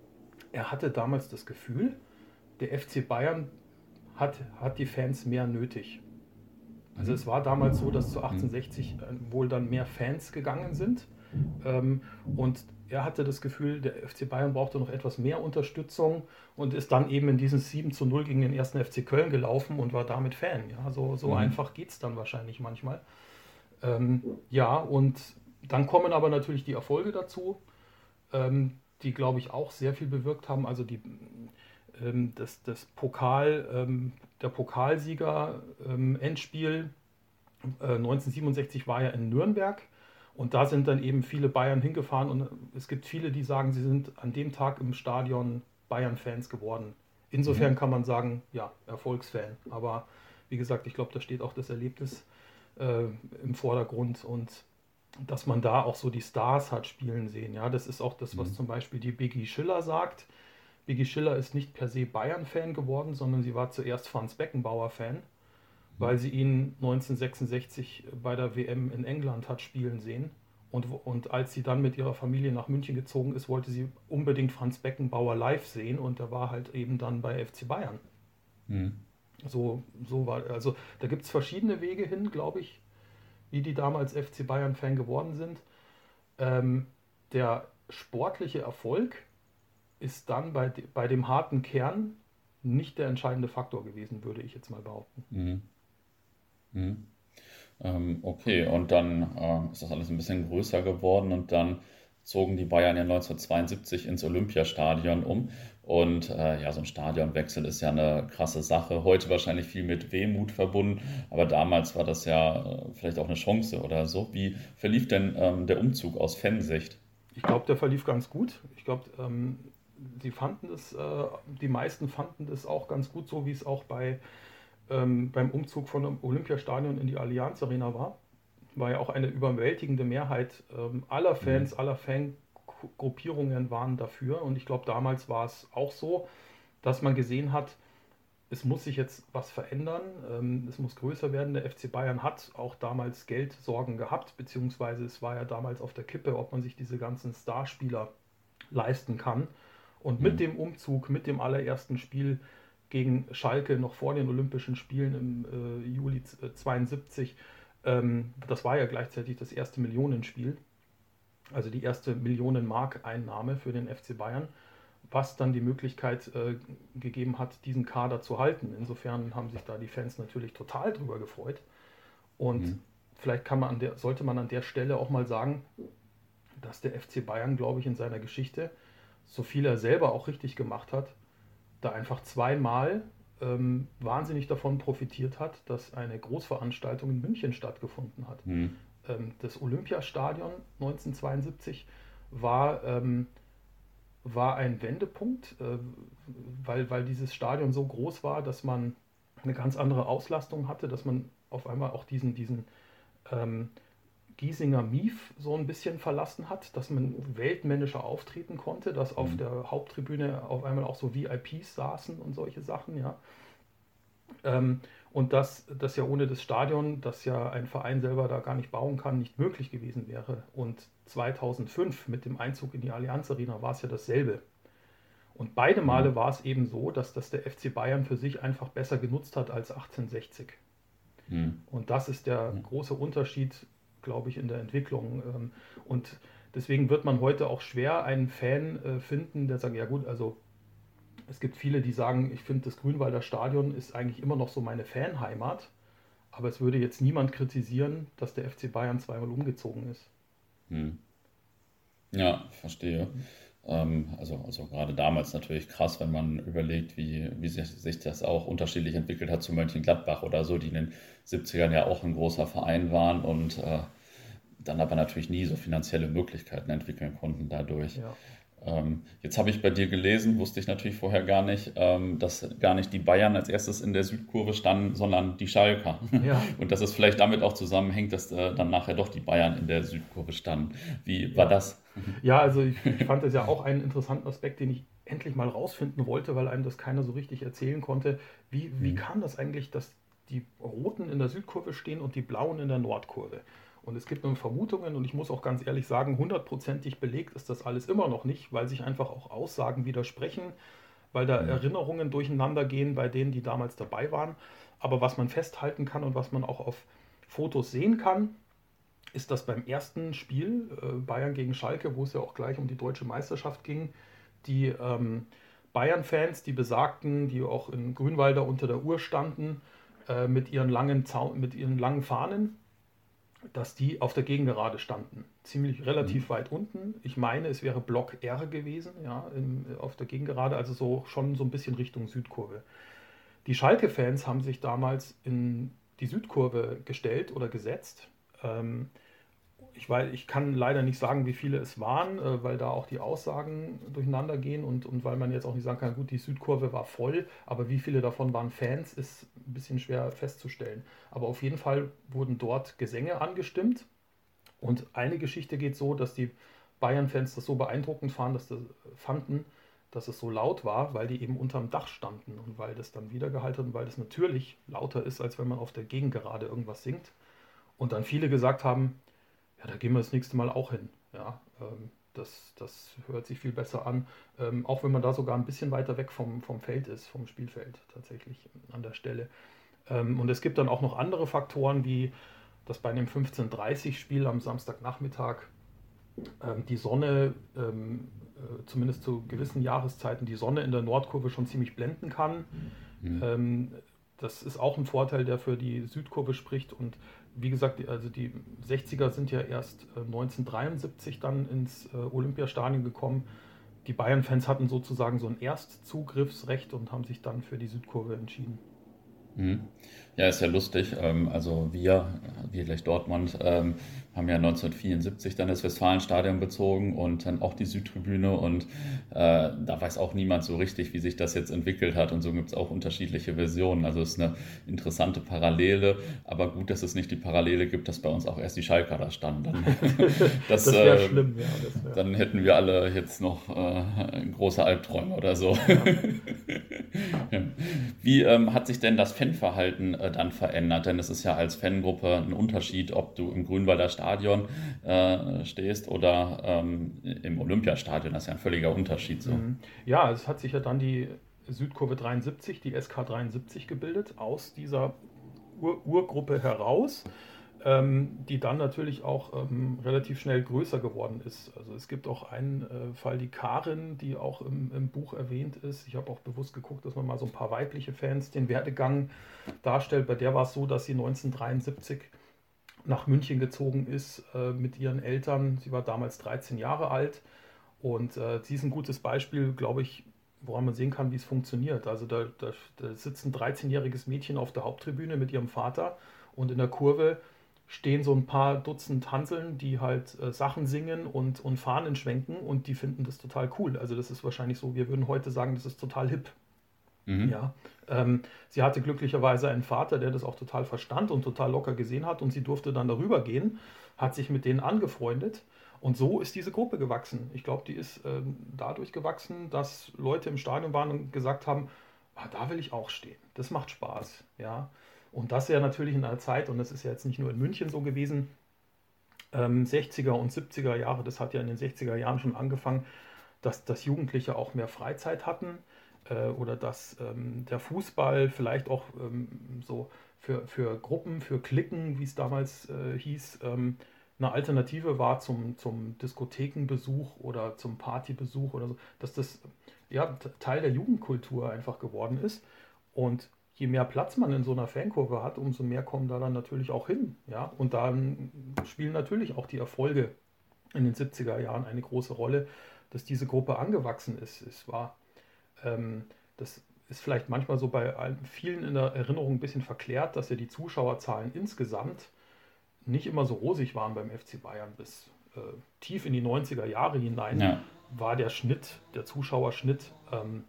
er hatte damals das Gefühl, der F C Bayern hat, hat die Fans mehr nötig. Also es Mhm. war damals so, dass zu Mhm. achtzehnhundertsechzig äh, wohl dann mehr Fans gegangen sind. Ähm, und er hatte das Gefühl, der F C Bayern brauchte noch etwas mehr Unterstützung und ist dann eben in dieses sieben zu null gegen den ersten F C Köln gelaufen und war damit Fan. Ja, so, so Mhm. einfach geht es dann wahrscheinlich manchmal. Ähm, ja, und dann kommen aber natürlich die Erfolge dazu, ähm, die, glaube ich, auch sehr viel bewirkt haben. Also die, ähm, das, das Pokal, ähm, der Pokalsieger ähm, Endspiel äh, neunzehnhundertsiebenundsechzig war ja in Nürnberg und da sind dann eben viele Bayern hingefahren und es gibt viele, die sagen, sie sind an dem Tag im Stadion Bayern-Fans geworden. Insofern Mhm. kann man sagen, ja, Erfolgsfan. Aber wie gesagt, ich glaube, da steht auch das Erlebnis äh, im Vordergrund und dass man da auch so die Stars hat spielen sehen. Ja, das ist auch das, was Mhm. zum Beispiel die Biggie Schiller sagt. Biggie Schiller ist nicht per se Bayern-Fan geworden, sondern sie war zuerst Franz Beckenbauer-Fan, Mhm. weil sie ihn neunzehnhundertsechsundsechzig bei der W M in England hat spielen sehen. Und, und als sie dann mit ihrer Familie nach München gezogen ist, wollte sie unbedingt Franz Beckenbauer live sehen und der war halt eben dann bei F C Bayern. Mhm. So, so war, also da gibt es verschiedene Wege hin, glaube ich, wie die damals F C Bayern-Fan geworden sind. Ähm, der sportliche Erfolg ist dann bei, bei dem harten Kern nicht der entscheidende Faktor gewesen, würde ich jetzt mal behaupten. Mhm. Mhm. Ähm, okay, und dann äh, ist das alles ein bisschen größer geworden und dann zogen die Bayern ja neunzehnhundertzweiundsiebzig ins Olympiastadion um. Und äh, ja, so ein Stadionwechsel ist ja eine krasse Sache. Heute wahrscheinlich viel mit Wehmut verbunden, aber damals war das ja äh, vielleicht auch eine Chance oder so. Wie verlief denn ähm, der Umzug aus Fansicht? Ich glaube, der verlief ganz gut. Ich glaube, ähm, sie fanden es, äh, die meisten fanden es auch ganz gut, so wie es auch bei, ähm, beim Umzug von dem Olympiastadion in die Allianz Arena war. War ja auch eine überwältigende Mehrheit ähm, aller Mhm. Fans, aller Fangruppierungen waren dafür. Und ich glaube, damals war es auch so, dass man gesehen hat, es muss sich jetzt was verändern, ähm, es muss größer werden. Der F C Bayern hat auch damals Geldsorgen gehabt, beziehungsweise es war ja damals auf der Kippe, ob man sich diese ganzen Starspieler leisten kann. Und mit Mhm. dem Umzug, mit dem allerersten Spiel gegen Schalke noch vor den Olympischen Spielen im äh, Juli zweiundsiebzig, ähm, das war ja gleichzeitig das erste Millionenspiel, also die erste Millionen-Mark-Einnahme für den F C Bayern. was dann die Möglichkeit äh, gegeben hat, diesen Kader zu halten. Insofern haben sich da die Fans natürlich total drüber gefreut. Und mhm. vielleicht kann man an der, sollte man an der Stelle auch mal sagen, dass der F C Bayern, glaube ich, in seiner Geschichte, so viel er selber auch richtig gemacht hat, da einfach zweimal ähm, wahnsinnig davon profitiert hat, dass eine Großveranstaltung in München stattgefunden hat. Mhm. Ähm, das Olympiastadion neunzehnhundertzweiundsiebzig war... Ähm, war ein Wendepunkt, äh, weil, weil dieses Stadion so groß war, dass man eine ganz andere Auslastung hatte, dass man auf einmal auch diesen, diesen ähm, Giesinger Mief so ein bisschen verlassen hat, dass man weltmännischer auftreten konnte, dass auf mhm. der Haupttribüne auf einmal auch so V I Ps saßen und solche Sachen, ja. Ähm, und dass das ja ohne das Stadion, das ja ein Verein selber da gar nicht bauen kann, nicht möglich gewesen wäre. Und zweitausendfünf mit dem Einzug in die Allianz Arena war es ja dasselbe. Und beide Male war es eben so, dass das der F C Bayern für sich einfach besser genutzt hat als achtzehnhundertsechzig. Mhm. Und das ist der große Unterschied, glaube ich, in der Entwicklung. Und deswegen wird man heute auch schwer einen Fan finden, der sagt, ja gut, also es gibt viele, die sagen, ich finde, das Grünwalder Stadion ist eigentlich immer noch so meine Fanheimat, aber es würde jetzt niemand kritisieren, dass der F C Bayern zweimal umgezogen ist. Hm. Ja, verstehe. Ähm, also, also gerade damals natürlich krass, wenn man überlegt, wie, wie sich, sich das auch unterschiedlich entwickelt hat zu Mönchengladbach oder so, die in den siebzigern ja auch ein großer Verein waren und äh, dann aber natürlich nie so finanzielle Möglichkeiten entwickeln konnten dadurch. Ja. Ähm, jetzt habe ich bei dir gelesen, wusste ich natürlich vorher gar nicht, ähm, dass gar nicht die Bayern als erstes in der Südkurve standen, sondern die Schalker. Ja. Und dass es vielleicht damit auch zusammenhängt, dass äh, dann nachher doch die Bayern in der Südkurve standen. Wie war ja. das? Ja, also ich, ich fand das ja auch einen interessanten Aspekt, den ich endlich mal rausfinden wollte, weil einem das keiner so richtig erzählen konnte. Wie, wie mhm. kam das eigentlich, dass die Roten in der Südkurve stehen und die Blauen in der Nordkurve? Und es gibt nun Vermutungen und ich muss auch ganz ehrlich sagen, hundertprozentig belegt ist das alles immer noch nicht, weil sich einfach auch Aussagen widersprechen, weil da mhm. Erinnerungen durcheinander gehen bei denen, die damals dabei waren. Aber was man festhalten kann und was man auch auf Fotos sehen kann, ist, dass beim ersten Spiel äh, Bayern gegen Schalke, wo es ja auch gleich um die deutsche Meisterschaft ging, die ähm, Bayern-Fans, die besagten, die auch in Grünwalder unter der Uhr standen, äh, mit ihren langen Zaun, mit ihren langen Fahnen, dass die auf der Gegengerade standen. Ziemlich relativ mhm. weit unten. Ich meine, es wäre Block R gewesen, ja, in, auf der Gegengerade, also so schon so ein bisschen Richtung Südkurve. Die Schalke-Fans haben sich damals in die Südkurve gestellt oder gesetzt. Ähm, ich, weiß, ich kann leider nicht sagen, wie viele es waren, äh, weil da auch die Aussagen durcheinander gehen und, und weil man jetzt auch nicht sagen kann, gut, die Südkurve war voll, aber wie viele davon waren Fans, ist ein bisschen schwer festzustellen. Aber auf jeden Fall wurden dort Gesänge angestimmt und eine Geschichte geht so, dass die Bayern-Fans das so beeindruckend fanden, dass das, fanden, dass es so laut war, weil die eben unterm Dach standen und weil das dann wiedergehalten und weil das natürlich lauter ist, als wenn man auf der Gegengerade irgendwas singt. Und dann viele gesagt haben, ja, da gehen wir das nächste Mal auch hin. Ja, ähm, das, das hört sich viel besser an, ähm, auch wenn man da sogar ein bisschen weiter weg vom, vom Feld ist, vom Spielfeld tatsächlich an der Stelle. Ähm, und es gibt dann auch noch andere Faktoren, wie dass bei einem fünfzehn Uhr dreißig Spiel am Samstagnachmittag ähm, die Sonne, ähm, äh, zumindest zu gewissen Jahreszeiten, die Sonne in der Nordkurve schon ziemlich blenden kann. Mhm. Ähm, das ist auch ein Vorteil, der für die Südkurve spricht. Und wie gesagt, also die sechziger sind ja erst neunzehnhundertdreiundsiebzig dann ins äh, Olympiastadion gekommen. Die Bayern-Fans hatten sozusagen so ein Erstzugriffsrecht und haben sich dann für die Südkurve entschieden. Ja, ist ja lustig. Also wir, wir gleich Dortmund, haben ja neunzehnhundertvierundsiebzig dann das Westfalenstadion bezogen und dann auch die Südtribüne und äh, da weiß auch niemand so richtig, wie sich das jetzt entwickelt hat und so gibt es auch unterschiedliche Versionen. Also es ist eine interessante Parallele, aber gut, dass es nicht die Parallele gibt, dass bei uns auch erst die Schalker da standen. Das, das wäre äh, schlimm, ja. Das wär... Dann hätten wir alle jetzt noch äh, große Albträume oder so. Ja. Wie ähm, hat sich denn das Fanverhalten äh, dann verändert? Denn es ist ja als Fangruppe ein Unterschied, ob du im Grünwalder Stadion äh, stehst oder ähm, im Olympiastadion. Das ist ja ein völliger Unterschied. So. Ja, es hat sich ja dann die Südkurve dreiundsiebzig, die S K dreiundsiebzig gebildet, aus dieser Ur Urgruppe heraus. ähm, die dann natürlich auch ähm, relativ schnell größer geworden ist. Also es gibt auch einen äh, Fall, die Karin, die auch im, im Buch erwähnt ist. Ich habe auch bewusst geguckt, dass man mal so ein paar weibliche Fans den Werdegang darstellt. Bei der war es so, dass sie neunzehnhundertdreiundsiebzig nach München gezogen ist äh, mit ihren Eltern. Sie war damals dreizehn Jahre alt und äh, sie ist ein gutes Beispiel, glaube ich, woran man sehen kann, wie es funktioniert. Also da, da, da sitzt ein dreizehn-jähriges Mädchen auf der Haupttribüne mit ihrem Vater und in der Kurve stehen so ein paar Dutzend Hanseln, die halt äh, Sachen singen und, und Fahnen schwenken und die finden das total cool. Also das ist wahrscheinlich so, wir würden heute sagen, das ist total hip. Mhm. Ja, ähm, sie hatte glücklicherweise einen Vater, der das auch total verstand und total locker gesehen hat und sie durfte dann darüber gehen, hat sich mit denen angefreundet und so ist diese Gruppe gewachsen. Ich glaube, die ist ähm, dadurch gewachsen, dass Leute im Stadion waren und gesagt haben, ah, da will ich auch stehen, das macht Spaß. Ja, und das ja natürlich in einer Zeit, und das ist ja jetzt nicht nur in München so gewesen, ähm, sechziger und siebziger Jahre, das hat ja in den sechziger Jahren schon angefangen, dass, dass Jugendliche auch mehr Freizeit hatten äh, oder dass ähm, der Fußball vielleicht auch ähm, so für, für Gruppen, für Cliquen, wie es damals äh, hieß, ähm, eine Alternative war zum, zum Diskothekenbesuch oder zum Partybesuch oder so, dass das ja T- Teil der Jugendkultur einfach geworden ist. Und je mehr Platz man in so einer Fankurve hat, umso mehr kommen da dann natürlich auch hin. Ja? Und dann spielen natürlich auch die Erfolge in den siebziger Jahren eine große Rolle, dass diese Gruppe angewachsen ist. Es war, ähm, das ist vielleicht manchmal so bei allen- vielen in der Erinnerung ein bisschen verklärt, dass ja die Zuschauerzahlen insgesamt nicht immer so rosig waren beim F C Bayern. Bis äh, tief in die neunziger Jahre hinein Ja. war der Schnitt, der Zuschauerschnitt, ähm,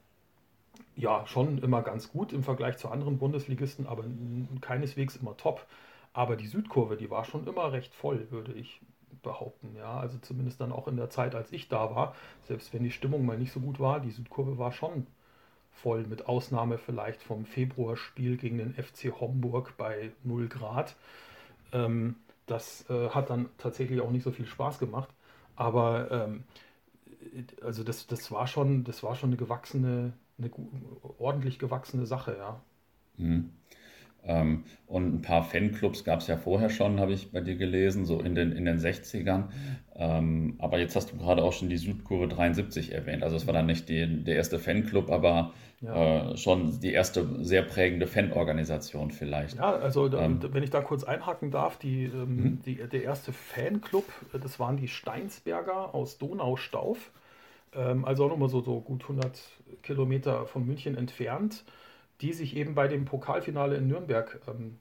ja, schon immer ganz gut im Vergleich zu anderen Bundesligisten, aber n- keineswegs immer top. Aber die Südkurve, die war schon immer recht voll, würde ich behaupten. Ja, also zumindest dann auch in der Zeit, als ich da war, selbst wenn die Stimmung mal nicht so gut war, die Südkurve war schon voll, mit Ausnahme vielleicht vom Februarspiel gegen den F C Homburg bei null Grad. Ähm, das äh, hat dann tatsächlich auch nicht so viel Spaß gemacht. Aber ähm, also das, das war schon, das war schon eine gewachsene, eine gu- ordentlich gewachsene Sache, ja. Mhm. Ähm, und ein paar Fanclubs gab es ja vorher schon, habe ich bei dir gelesen, so in den, in den sechzigern. Ähm, aber jetzt hast du gerade auch schon die Südkurve dreiundsiebzig erwähnt. Also es war dann nicht die, der erste Fanclub, aber Ja, äh, schon die erste sehr prägende Fanorganisation vielleicht. ja, also da, Ähm, wenn ich da kurz einhaken darf, die, mhm. ähm, die, der erste Fanclub, äh, das waren die Steinsberger aus Donaustauf, ähm, also auch nochmal so, so gut hundert Kilometer von München entfernt, die sich eben bei dem Pokalfinale in Nürnberg ähm,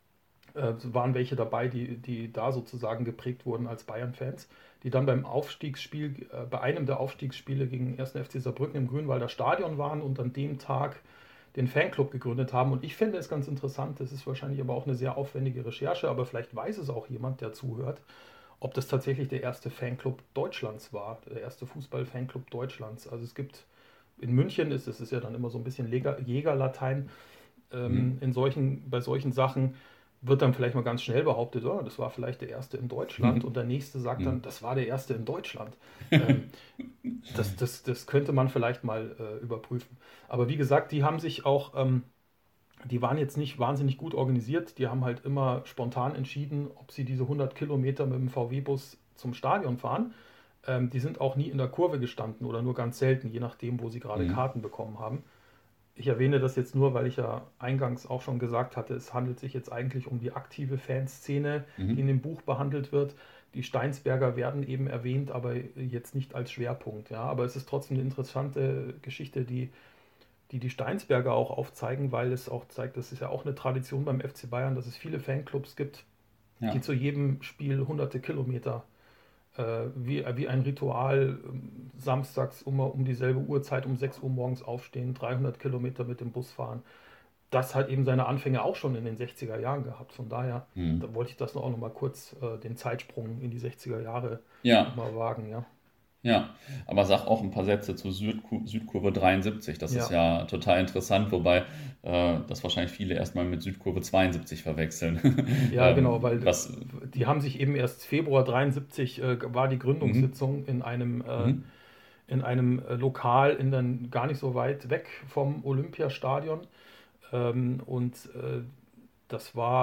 äh, waren welche dabei, die, die da sozusagen geprägt wurden als Bayern-Fans, die dann beim Aufstiegsspiel, äh, bei einem der Aufstiegsspiele gegen ersten F C Saarbrücken im Grünwalder Stadion waren und an dem Tag den Fanclub gegründet haben. Und ich finde es ganz interessant, das ist wahrscheinlich aber auch eine sehr aufwendige Recherche, aber vielleicht weiß es auch jemand, der zuhört, ob das tatsächlich der erste Fanclub Deutschlands war, der erste Fußball-Fanclub Deutschlands. Also es gibt in München ist es ist ja dann immer so ein bisschen Lega- Jägerlatein, ähm, Mhm. in solchen, bei solchen Sachen wird dann vielleicht mal ganz schnell behauptet, oh, das war vielleicht der erste in Deutschland und der nächste sagt dann, Mhm. das war der erste in Deutschland. Ähm, das, das, das könnte man vielleicht mal äh, überprüfen. Aber wie gesagt, die haben sich auch, ähm, die waren jetzt nicht wahnsinnig gut organisiert, die haben halt immer spontan entschieden, ob sie diese hundert Kilometer mit dem V W-Bus zum Stadion fahren. Ähm, die sind auch nie in der Kurve gestanden oder nur ganz selten, je nachdem, wo sie gerade Mhm. Karten bekommen haben. Ich erwähne das jetzt nur, weil ich ja eingangs auch schon gesagt hatte, es handelt sich jetzt eigentlich um die aktive Fanszene, die in Mhm. dem Buch behandelt wird. Die Steinsberger werden eben erwähnt, aber jetzt nicht als Schwerpunkt. Ja, aber es ist trotzdem eine interessante Geschichte, die die, die Steinsberger auch aufzeigen, weil es auch zeigt, das ist ja auch eine Tradition beim F C Bayern, dass es viele Fanclubs gibt, die Ja. zu jedem Spiel hunderte Kilometer äh, wie, wie ein Ritual ähm, samstags um, um dieselbe Uhrzeit um sechs Uhr morgens aufstehen, dreihundert Kilometer mit dem Bus fahren. Das hat eben seine Anfänge auch schon in den sechziger Jahren gehabt. Von daher, Mhm. da wollte ich das noch auch noch mal kurz, äh, den Zeitsprung in die sechziger Jahre noch Ja. mal wagen. Ja, Ja, aber sag auch ein paar Sätze zu Südku Südkurve dreiundsiebzig. Das ist ja, ja total interessant, wobei äh, das wahrscheinlich viele erstmal mit Südkurve zweiundsiebzig verwechseln. ja, genau, Ähm, weil was? die haben sich eben erst Februar dreiundsiebzig äh, war die Mhm, Gründungssitzung in einem, äh, mhm, in einem äh, Lokal in den, gar nicht so weit weg vom Olympiastadion. Ähm, und äh, das war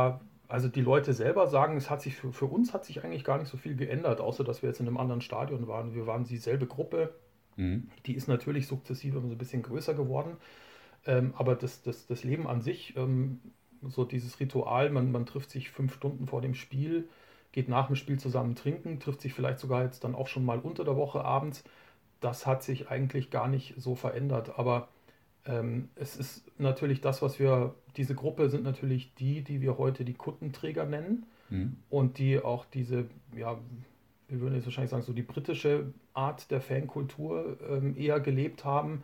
Also die Leute selber sagen, es hat sich für, für uns hat sich eigentlich gar nicht so viel geändert, außer dass wir jetzt in einem anderen Stadion waren. Wir waren dieselbe Gruppe, Mhm. die ist natürlich sukzessive so ein bisschen größer geworden. Ähm, aber das, das, das Leben an sich, ähm, so dieses Ritual, man, man trifft sich fünf Stunden vor dem Spiel, geht nach dem Spiel zusammen trinken, trifft sich vielleicht sogar jetzt dann auch schon mal unter der Woche abends, das hat sich eigentlich gar nicht so verändert. Aber ähm, es ist natürlich das, was wir, diese Gruppe sind natürlich die, die wir heute die Kuttenträger nennen Mhm. und die auch diese, ja, wir würden jetzt wahrscheinlich sagen, so die britische Art der Fankultur ähm, eher gelebt haben,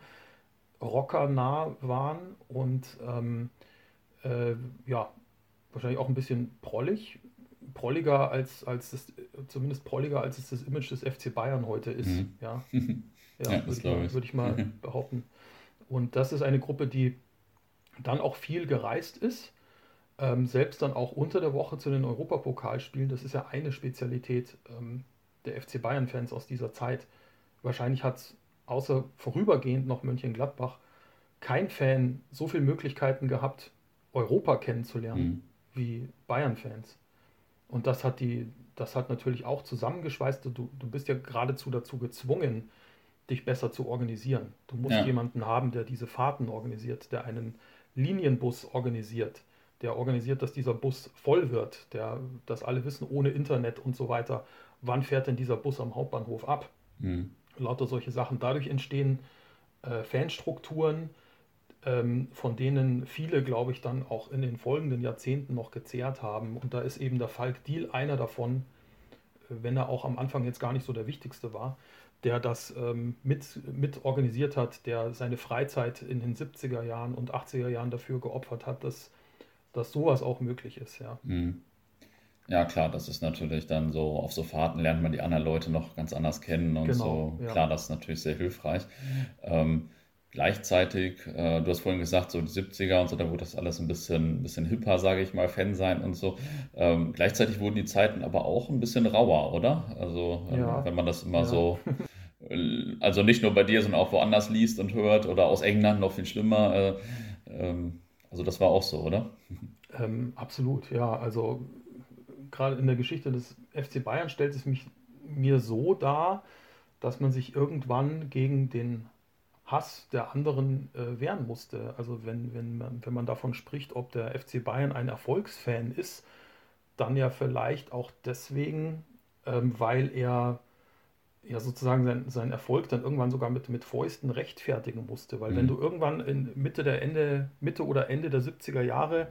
rockernah waren und ähm, äh, ja, wahrscheinlich auch ein bisschen prollig. Prolliger als, als das, zumindest prolliger als es das Image des F C Bayern heute ist. Mhm. Ja, Ja, ja, würde das ich glaube mal, ich. würde ich mal behaupten. Und das ist eine Gruppe, die dann auch viel gereist ist, ähm, selbst dann auch unter der Woche zu den Europapokalspielen. Das ist ja eine Spezialität ähm, der F C Bayern-Fans aus dieser Zeit. Wahrscheinlich hat es außer vorübergehend noch Mönchengladbach kein Fan so viele Möglichkeiten gehabt, Europa kennenzulernen Mhm. wie Bayern-Fans. Und das hat die, das hat natürlich auch zusammengeschweißt. Du, du bist ja geradezu dazu gezwungen, dich besser zu organisieren. Du musst Ja. jemanden haben, der diese Fahrten organisiert, der einen Linienbus organisiert, der organisiert, dass dieser Bus voll wird, der, dass alle wissen, ohne Internet und so weiter, wann fährt denn dieser Bus am Hauptbahnhof ab. Mhm. Lauter solche Sachen. Dadurch entstehen äh, Fanstrukturen, ähm, von denen viele, glaube ich, dann auch in den folgenden Jahrzehnten noch gezehrt haben. Und da ist eben der Falk Diehl einer davon, äh, wenn er auch am Anfang jetzt gar nicht so der wichtigste war, der das ähm, mit, mit organisiert hat, der seine Freizeit in den siebziger Jahren und achtziger Jahren dafür geopfert hat, dass, dass sowas auch möglich ist. Ja, Mhm. Ja, klar, das ist natürlich dann so, auf so Fahrten lernt man die anderen Leute noch ganz anders kennen und genau, so. ja. Klar, das ist natürlich sehr hilfreich. Ähm, gleichzeitig, äh, du hast vorhin gesagt, so die siebziger und so, da wurde das alles ein bisschen, bisschen hipper, sage ich mal, Fan sein und so. Ähm, gleichzeitig wurden die Zeiten aber auch ein bisschen rauer, oder? Also, ähm, Ja, wenn man das immer ja. so, äh, also nicht nur bei dir, sondern auch woanders liest und hört oder aus England noch viel schlimmer. Äh, ähm, also das war auch so, oder? Ähm, absolut, ja. Also gerade in der Geschichte des F C Bayern stellt es mich mir so dar, dass man sich irgendwann gegen den Hass der anderen äh, wehren musste. Also wenn, wenn man, wenn man davon spricht, ob der F C Bayern ein Erfolgsfan ist, dann ja vielleicht auch deswegen, ähm, weil er ja sozusagen sein, seinen Erfolg dann irgendwann sogar mit, mit Fäusten rechtfertigen musste. Weil wenn Mhm. du irgendwann in Mitte der Ende, Mitte oder Ende der siebziger Jahre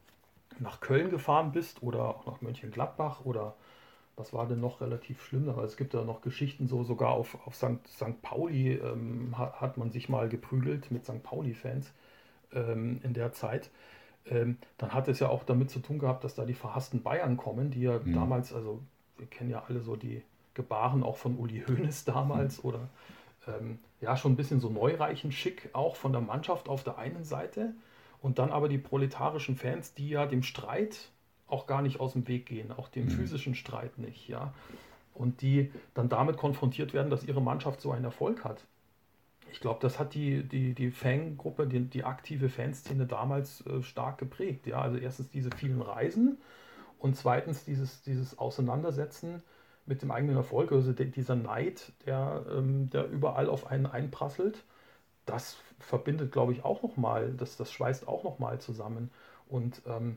nach Köln gefahren bist oder auch nach Mönchengladbach oder was war denn noch relativ schlimm? Aber es gibt ja noch Geschichten, so sogar auf, auf Sankt, Sankt Pauli ähm, hat, hat man sich mal geprügelt mit Sankt Pauli-Fans ähm, in der Zeit. Ähm, dann hat es ja auch damit zu tun gehabt, dass da die verhassten Bayern kommen, die ja Mhm. damals, also wir kennen ja alle so die Gebaren auch von Uli Hoeneß damals oder ähm, ja schon ein bisschen so neureichen Schick auch von der Mannschaft auf der einen Seite und dann aber die proletarischen Fans, die ja dem Streit auch gar nicht aus dem Weg gehen, auch dem Mhm. physischen Streit nicht, ja. Und die dann damit konfrontiert werden, dass ihre Mannschaft so einen Erfolg hat. Ich glaube, das hat die, die, die Fangruppe, die, die aktive Fanszene damals äh, stark geprägt. Ja, also erstens diese vielen Reisen und zweitens dieses, dieses Auseinandersetzen mit dem eigenen Erfolg, also de, dieser Neid, der, ähm, der überall auf einen einprasselt, das verbindet, glaube ich, auch nochmal, das, das schweißt auch nochmal zusammen. Und ähm,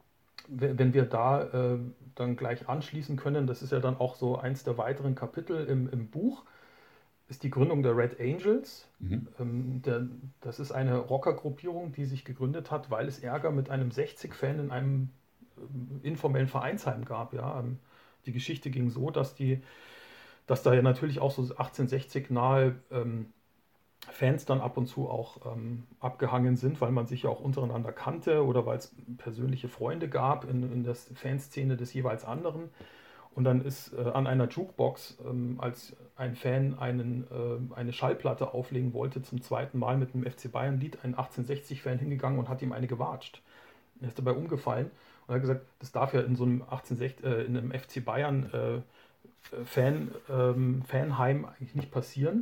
wenn wir da äh, dann gleich anschließen können, das ist ja dann auch so eins der weiteren Kapitel im, im Buch, ist die Gründung der Red Angels. Mhm. Ähm, der, das ist eine Rockergruppierung, die sich gegründet hat, weil es Ärger mit einem sechzig-Fan in einem ähm, informellen Vereinsheim gab. Ja. Ähm, die Geschichte ging so, dass, die, dass da ja natürlich auch so achtzehnhundertsechzig nahe ähm, Fans dann ab und zu auch ähm, abgehangen sind, weil man sich ja auch untereinander kannte oder weil es persönliche Freunde gab in, in der Fanszene des jeweils anderen. Und dann ist äh, an einer Jukebox, ähm, als ein Fan einen, äh, eine Schallplatte auflegen wollte, zum zweiten Mal mit einem F C Bayern-Lied, ein achtzehnhundertsechzig-Fan hingegangen und hat ihm eine gewatscht. Er ist dabei umgefallen und hat gesagt, das darf ja in so einem achtzehnhundertsechzig, äh, in einem F C Bayern äh, Fan, ähm, Fanheim eigentlich nicht passieren.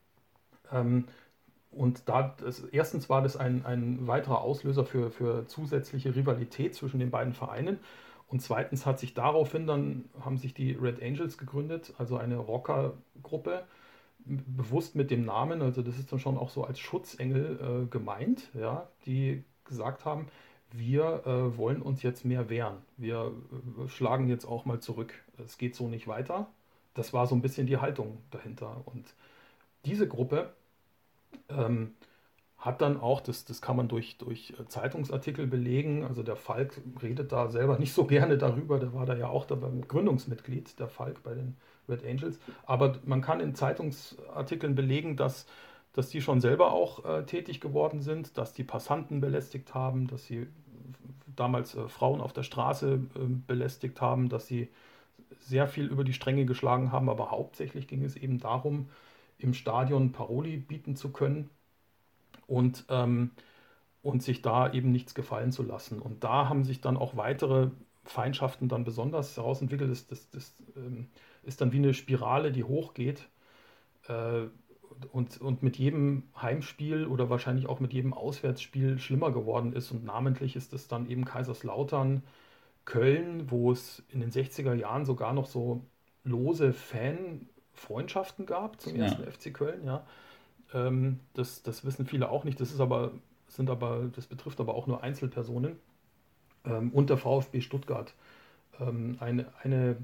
Ähm, und da, das, erstens war das ein, ein weiterer Auslöser für, für zusätzliche Rivalität zwischen den beiden Vereinen. Und zweitens hat sich daraufhin dann, haben sich die Red Angels gegründet, also eine Rockergruppe, m- bewusst mit dem Namen, also das ist dann schon auch so als Schutzengel äh, gemeint, ja, die gesagt haben, wir äh, wollen uns jetzt mehr wehren. Wir äh, schlagen jetzt auch mal zurück. Es geht so nicht weiter. Das war so ein bisschen die Haltung dahinter. Und diese Gruppe ähm, hat dann auch, das, das kann man durch, durch äh, Zeitungsartikel belegen, also der Falk redet da selber nicht so gerne darüber, der war da ja auch dabei Gründungsmitglied, der Falk bei den Red Angels, aber man kann in Zeitungsartikeln belegen, dass, dass die schon selber auch äh, tätig geworden sind, dass die Passanten belästigt haben, dass sie damals äh, Frauen auf der Straße äh, belästigt haben, dass sie sehr viel über die Stränge geschlagen haben, aber hauptsächlich ging es eben darum, im Stadion Paroli bieten zu können und, ähm, und sich da eben nichts gefallen zu lassen. Und da haben sich dann auch weitere Feindschaften dann besonders herausentwickelt. Das, das, das ähm, ist dann wie eine Spirale, die hochgeht äh, und, und mit jedem Heimspiel oder wahrscheinlich auch mit jedem Auswärtsspiel schlimmer geworden ist. Und namentlich ist es dann eben Kaiserslautern, Köln, wo es in den sechziger Jahren sogar noch so lose Fan-Freundschaften gab zum ersten Ja. F C Köln, ja. Ähm, das, das wissen viele auch nicht. Das ist aber, sind aber, das betrifft aber auch nur Einzelpersonen. Ähm, und der VfB Stuttgart. Ähm, eine, eine,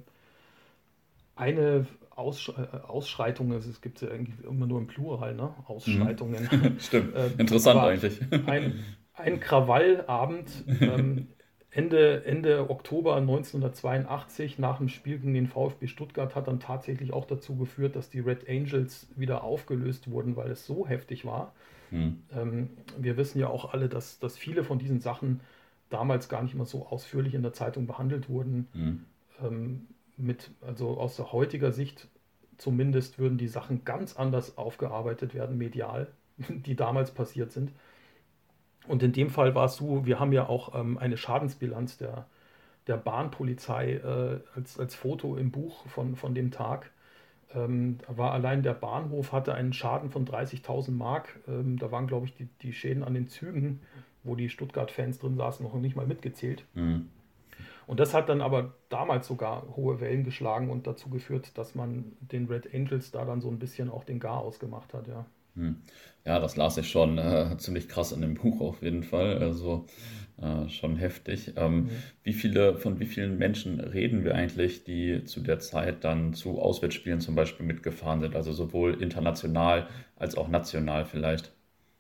eine Aussch äh, Ausschreitung, also es gibt ja irgendwie immer nur im Plural, ne? Mhm. Ausschreitungen. Stimmt. Ähm, Interessant aber eigentlich. ein, ein Krawallabend ähm, Ende, Ende Oktober neunzehnhundertzweiundachtzig nach dem Spiel gegen den VfB Stuttgart hat dann tatsächlich auch dazu geführt, dass die Red Angels wieder aufgelöst wurden, weil es so heftig war. Hm. Ähm, wir wissen ja auch alle, dass, dass viele von diesen Sachen damals gar nicht immer so ausführlich in der Zeitung behandelt wurden. Hm. Ähm, mit, also aus der heutiger Sicht zumindest würden die Sachen ganz anders aufgearbeitet werden, medial, die damals passiert sind. Und in dem Fall war es so, wir haben ja auch ähm, eine Schadensbilanz der, der Bahnpolizei äh, als, als Foto im Buch von, von dem Tag. Ähm, da war allein der Bahnhof hatte einen Schaden von dreißigtausend Mark. Ähm, da waren, glaube ich, die, die Schäden an den Zügen, wo die Stuttgart-Fans drin saßen, noch nicht mal mitgezählt. Hm. Und das hat dann aber damals sogar hohe Wellen geschlagen und dazu geführt, dass man den Red Angels da dann so ein bisschen auch den Garaus gemacht hat, ja. Hm. Ja, das las ich schon äh, ziemlich krass in dem Buch auf jeden Fall. Also äh, schon heftig. Ähm, Mhm. wie viele, von wie vielen Menschen reden wir eigentlich, die zu der Zeit dann zu Auswärtsspielen zum Beispiel mitgefahren sind? Also sowohl international als auch national vielleicht.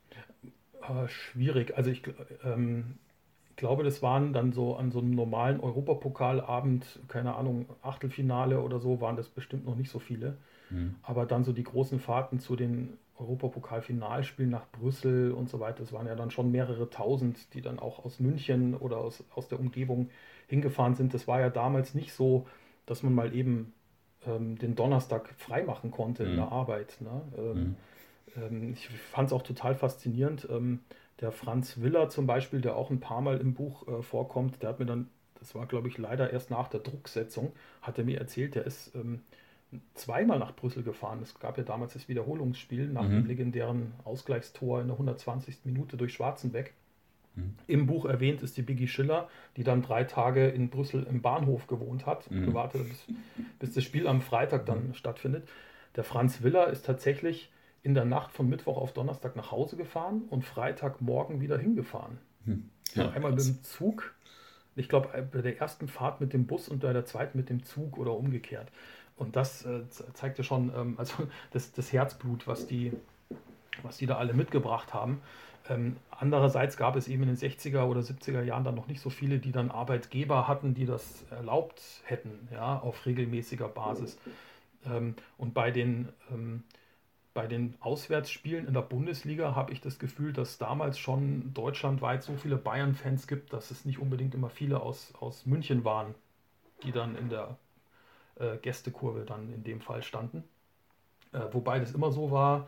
Äh, schwierig. Also ich gl- ähm, glaube, das waren dann so an so einem normalen Europapokalabend, keine Ahnung, Achtelfinale oder so, waren das bestimmt noch nicht so viele. Hm. Aber dann so die großen Fahrten zu den Europapokalfinalspielen nach Brüssel und so weiter, das waren ja dann schon mehrere tausend, die dann auch aus München oder aus, aus der Umgebung hingefahren sind. Das war ja damals nicht so, dass man mal eben ähm, den Donnerstag freimachen konnte in der Hm. Arbeit. Ne? Ähm, Hm. ähm, ich fand es auch total faszinierend. Ähm, der Franz Willer zum Beispiel, der auch ein paar Mal im Buch äh, vorkommt, der hat mir dann, das war glaube ich leider erst nach der Drucksetzung, hat er mir erzählt, der ist ähm, zweimal nach Brüssel gefahren. Es gab ja damals das Wiederholungsspiel nach dem Mhm. legendären Ausgleichstor in der hundertzwanzigsten Minute durch Schwarzenbeck. Mhm. Im Buch erwähnt ist die Biggie Schiller, die dann drei Tage in Brüssel im Bahnhof gewohnt hat und Mhm. gewartet hat, bis, bis das Spiel am Freitag Mhm. dann stattfindet. Der Franz Willer ist tatsächlich in der Nacht von Mittwoch auf Donnerstag nach Hause gefahren und Freitagmorgen wieder hingefahren. Hm. Ja, Ja, einmal mit krass. dem Zug, ich glaube bei der ersten Fahrt mit dem Bus und bei der zweiten mit dem Zug oder umgekehrt. Und das äh, zeigt ja schon, ähm, also das, das Herzblut, was die, was die da alle mitgebracht haben. Ähm, andererseits gab es eben in den sechziger oder siebziger Jahren dann noch nicht so viele, die dann Arbeitgeber hatten, die das erlaubt hätten, ja, auf regelmäßiger Basis. Ähm, und bei den, ähm, bei den Auswärtsspielen in der Bundesliga habe ich das Gefühl, dass damals schon deutschlandweit so viele Bayern-Fans gibt, dass es nicht unbedingt immer viele aus, aus München waren, die dann in der äh, Gästekurve dann in dem Fall standen. Äh, wobei das immer so war,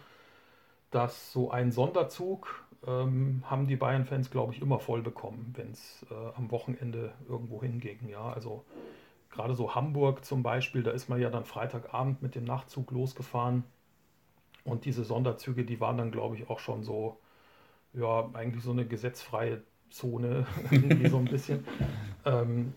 dass so ein Sonderzug ähm, haben die Bayern-Fans, glaube ich, immer voll bekommen, wenn es äh, am Wochenende irgendwo hinging. Ja, also gerade so Hamburg zum Beispiel, da ist man ja dann Freitagabend mit dem Nachtzug losgefahren und diese Sonderzüge, die waren dann, glaube ich, auch schon so, ja, eigentlich so eine gesetzfreie Zone, irgendwie so ein bisschen. Ähm,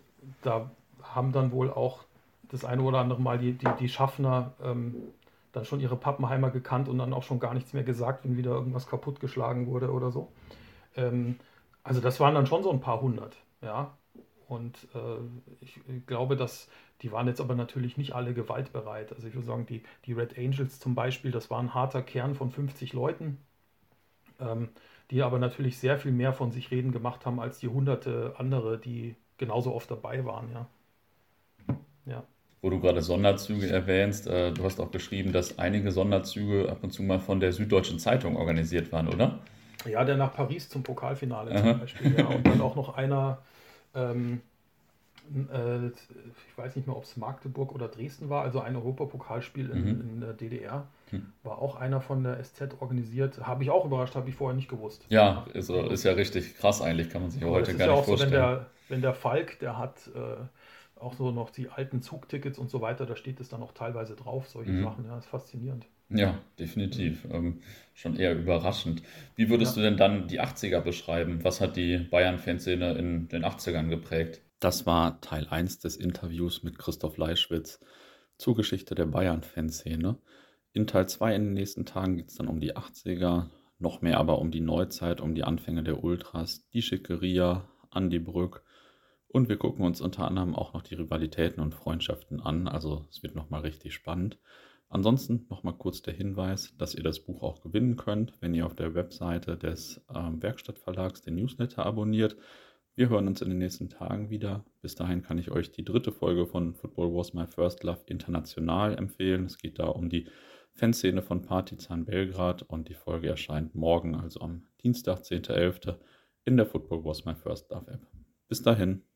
da haben dann wohl auch das eine oder andere Mal die, die, die Schaffner ähm, dann schon ihre Pappenheimer gekannt und dann auch schon gar nichts mehr gesagt, wenn wieder irgendwas kaputtgeschlagen wurde oder so. Ähm, also das waren dann schon so ein paar hundert, ja. Und äh, ich glaube, dass die waren jetzt aber natürlich nicht alle gewaltbereit. Also ich würde sagen, die, die Red Angels zum Beispiel, das war ein harter Kern von fünfzig Leuten, ähm, die aber natürlich sehr viel mehr von sich reden gemacht haben als die hunderte andere, die genauso oft dabei waren, ja. Ja. Wo du gerade Sonderzüge erwähnst, äh, du hast auch geschrieben, dass einige Sonderzüge ab und zu mal von der Süddeutschen Zeitung organisiert waren, oder? Ja, der nach Paris zum Pokalfinale Aha. zum Beispiel, ja. Und dann auch noch einer, ähm, äh, ich weiß nicht mehr, ob es Magdeburg oder Dresden war, also ein Europapokalspiel in, Mhm. in der D D R, Hm. war auch einer von der S Z organisiert. Habe ich auch überrascht, habe ich vorher nicht gewusst. Ja, also ist ja richtig krass eigentlich, kann man sich ja Aber das heute ist gar ja nicht auch so, wenn vorstellen. der, wenn der Falk, der hat äh, auch so noch die alten Zugtickets und so weiter, da steht es dann auch teilweise drauf, solche Mhm. Sachen, ja, das ist faszinierend. Ja, definitiv. Ähm, schon eher überraschend. Wie würdest Ja. du denn dann die achtziger beschreiben? Was hat die Bayern-Fanszene in den achtzigern geprägt? Das war Teil eins des Interviews mit Christoph Leischwitz zur Geschichte der Bayern-Fanszene. In Teil zwei in den nächsten Tagen geht es dann um die achtziger, noch mehr aber um die Neuzeit, um die Anfänge der Ultras, die Schickeria, Andi Brück. Und wir gucken uns unter anderem auch noch die Rivalitäten und Freundschaften an. Also es wird nochmal richtig spannend. Ansonsten nochmal kurz der Hinweis, dass ihr das Buch auch gewinnen könnt, wenn ihr auf der Webseite des ähm, Werkstattverlags den Newsletter abonniert. Wir hören uns in den nächsten Tagen wieder. Bis dahin kann ich euch die dritte Folge von Football Was My First Love international empfehlen. Es geht da um die Fanszene von Partizan Belgrad und die Folge erscheint morgen, also am Dienstag, zehnten elften in der Football Was My First Love App. Bis dahin.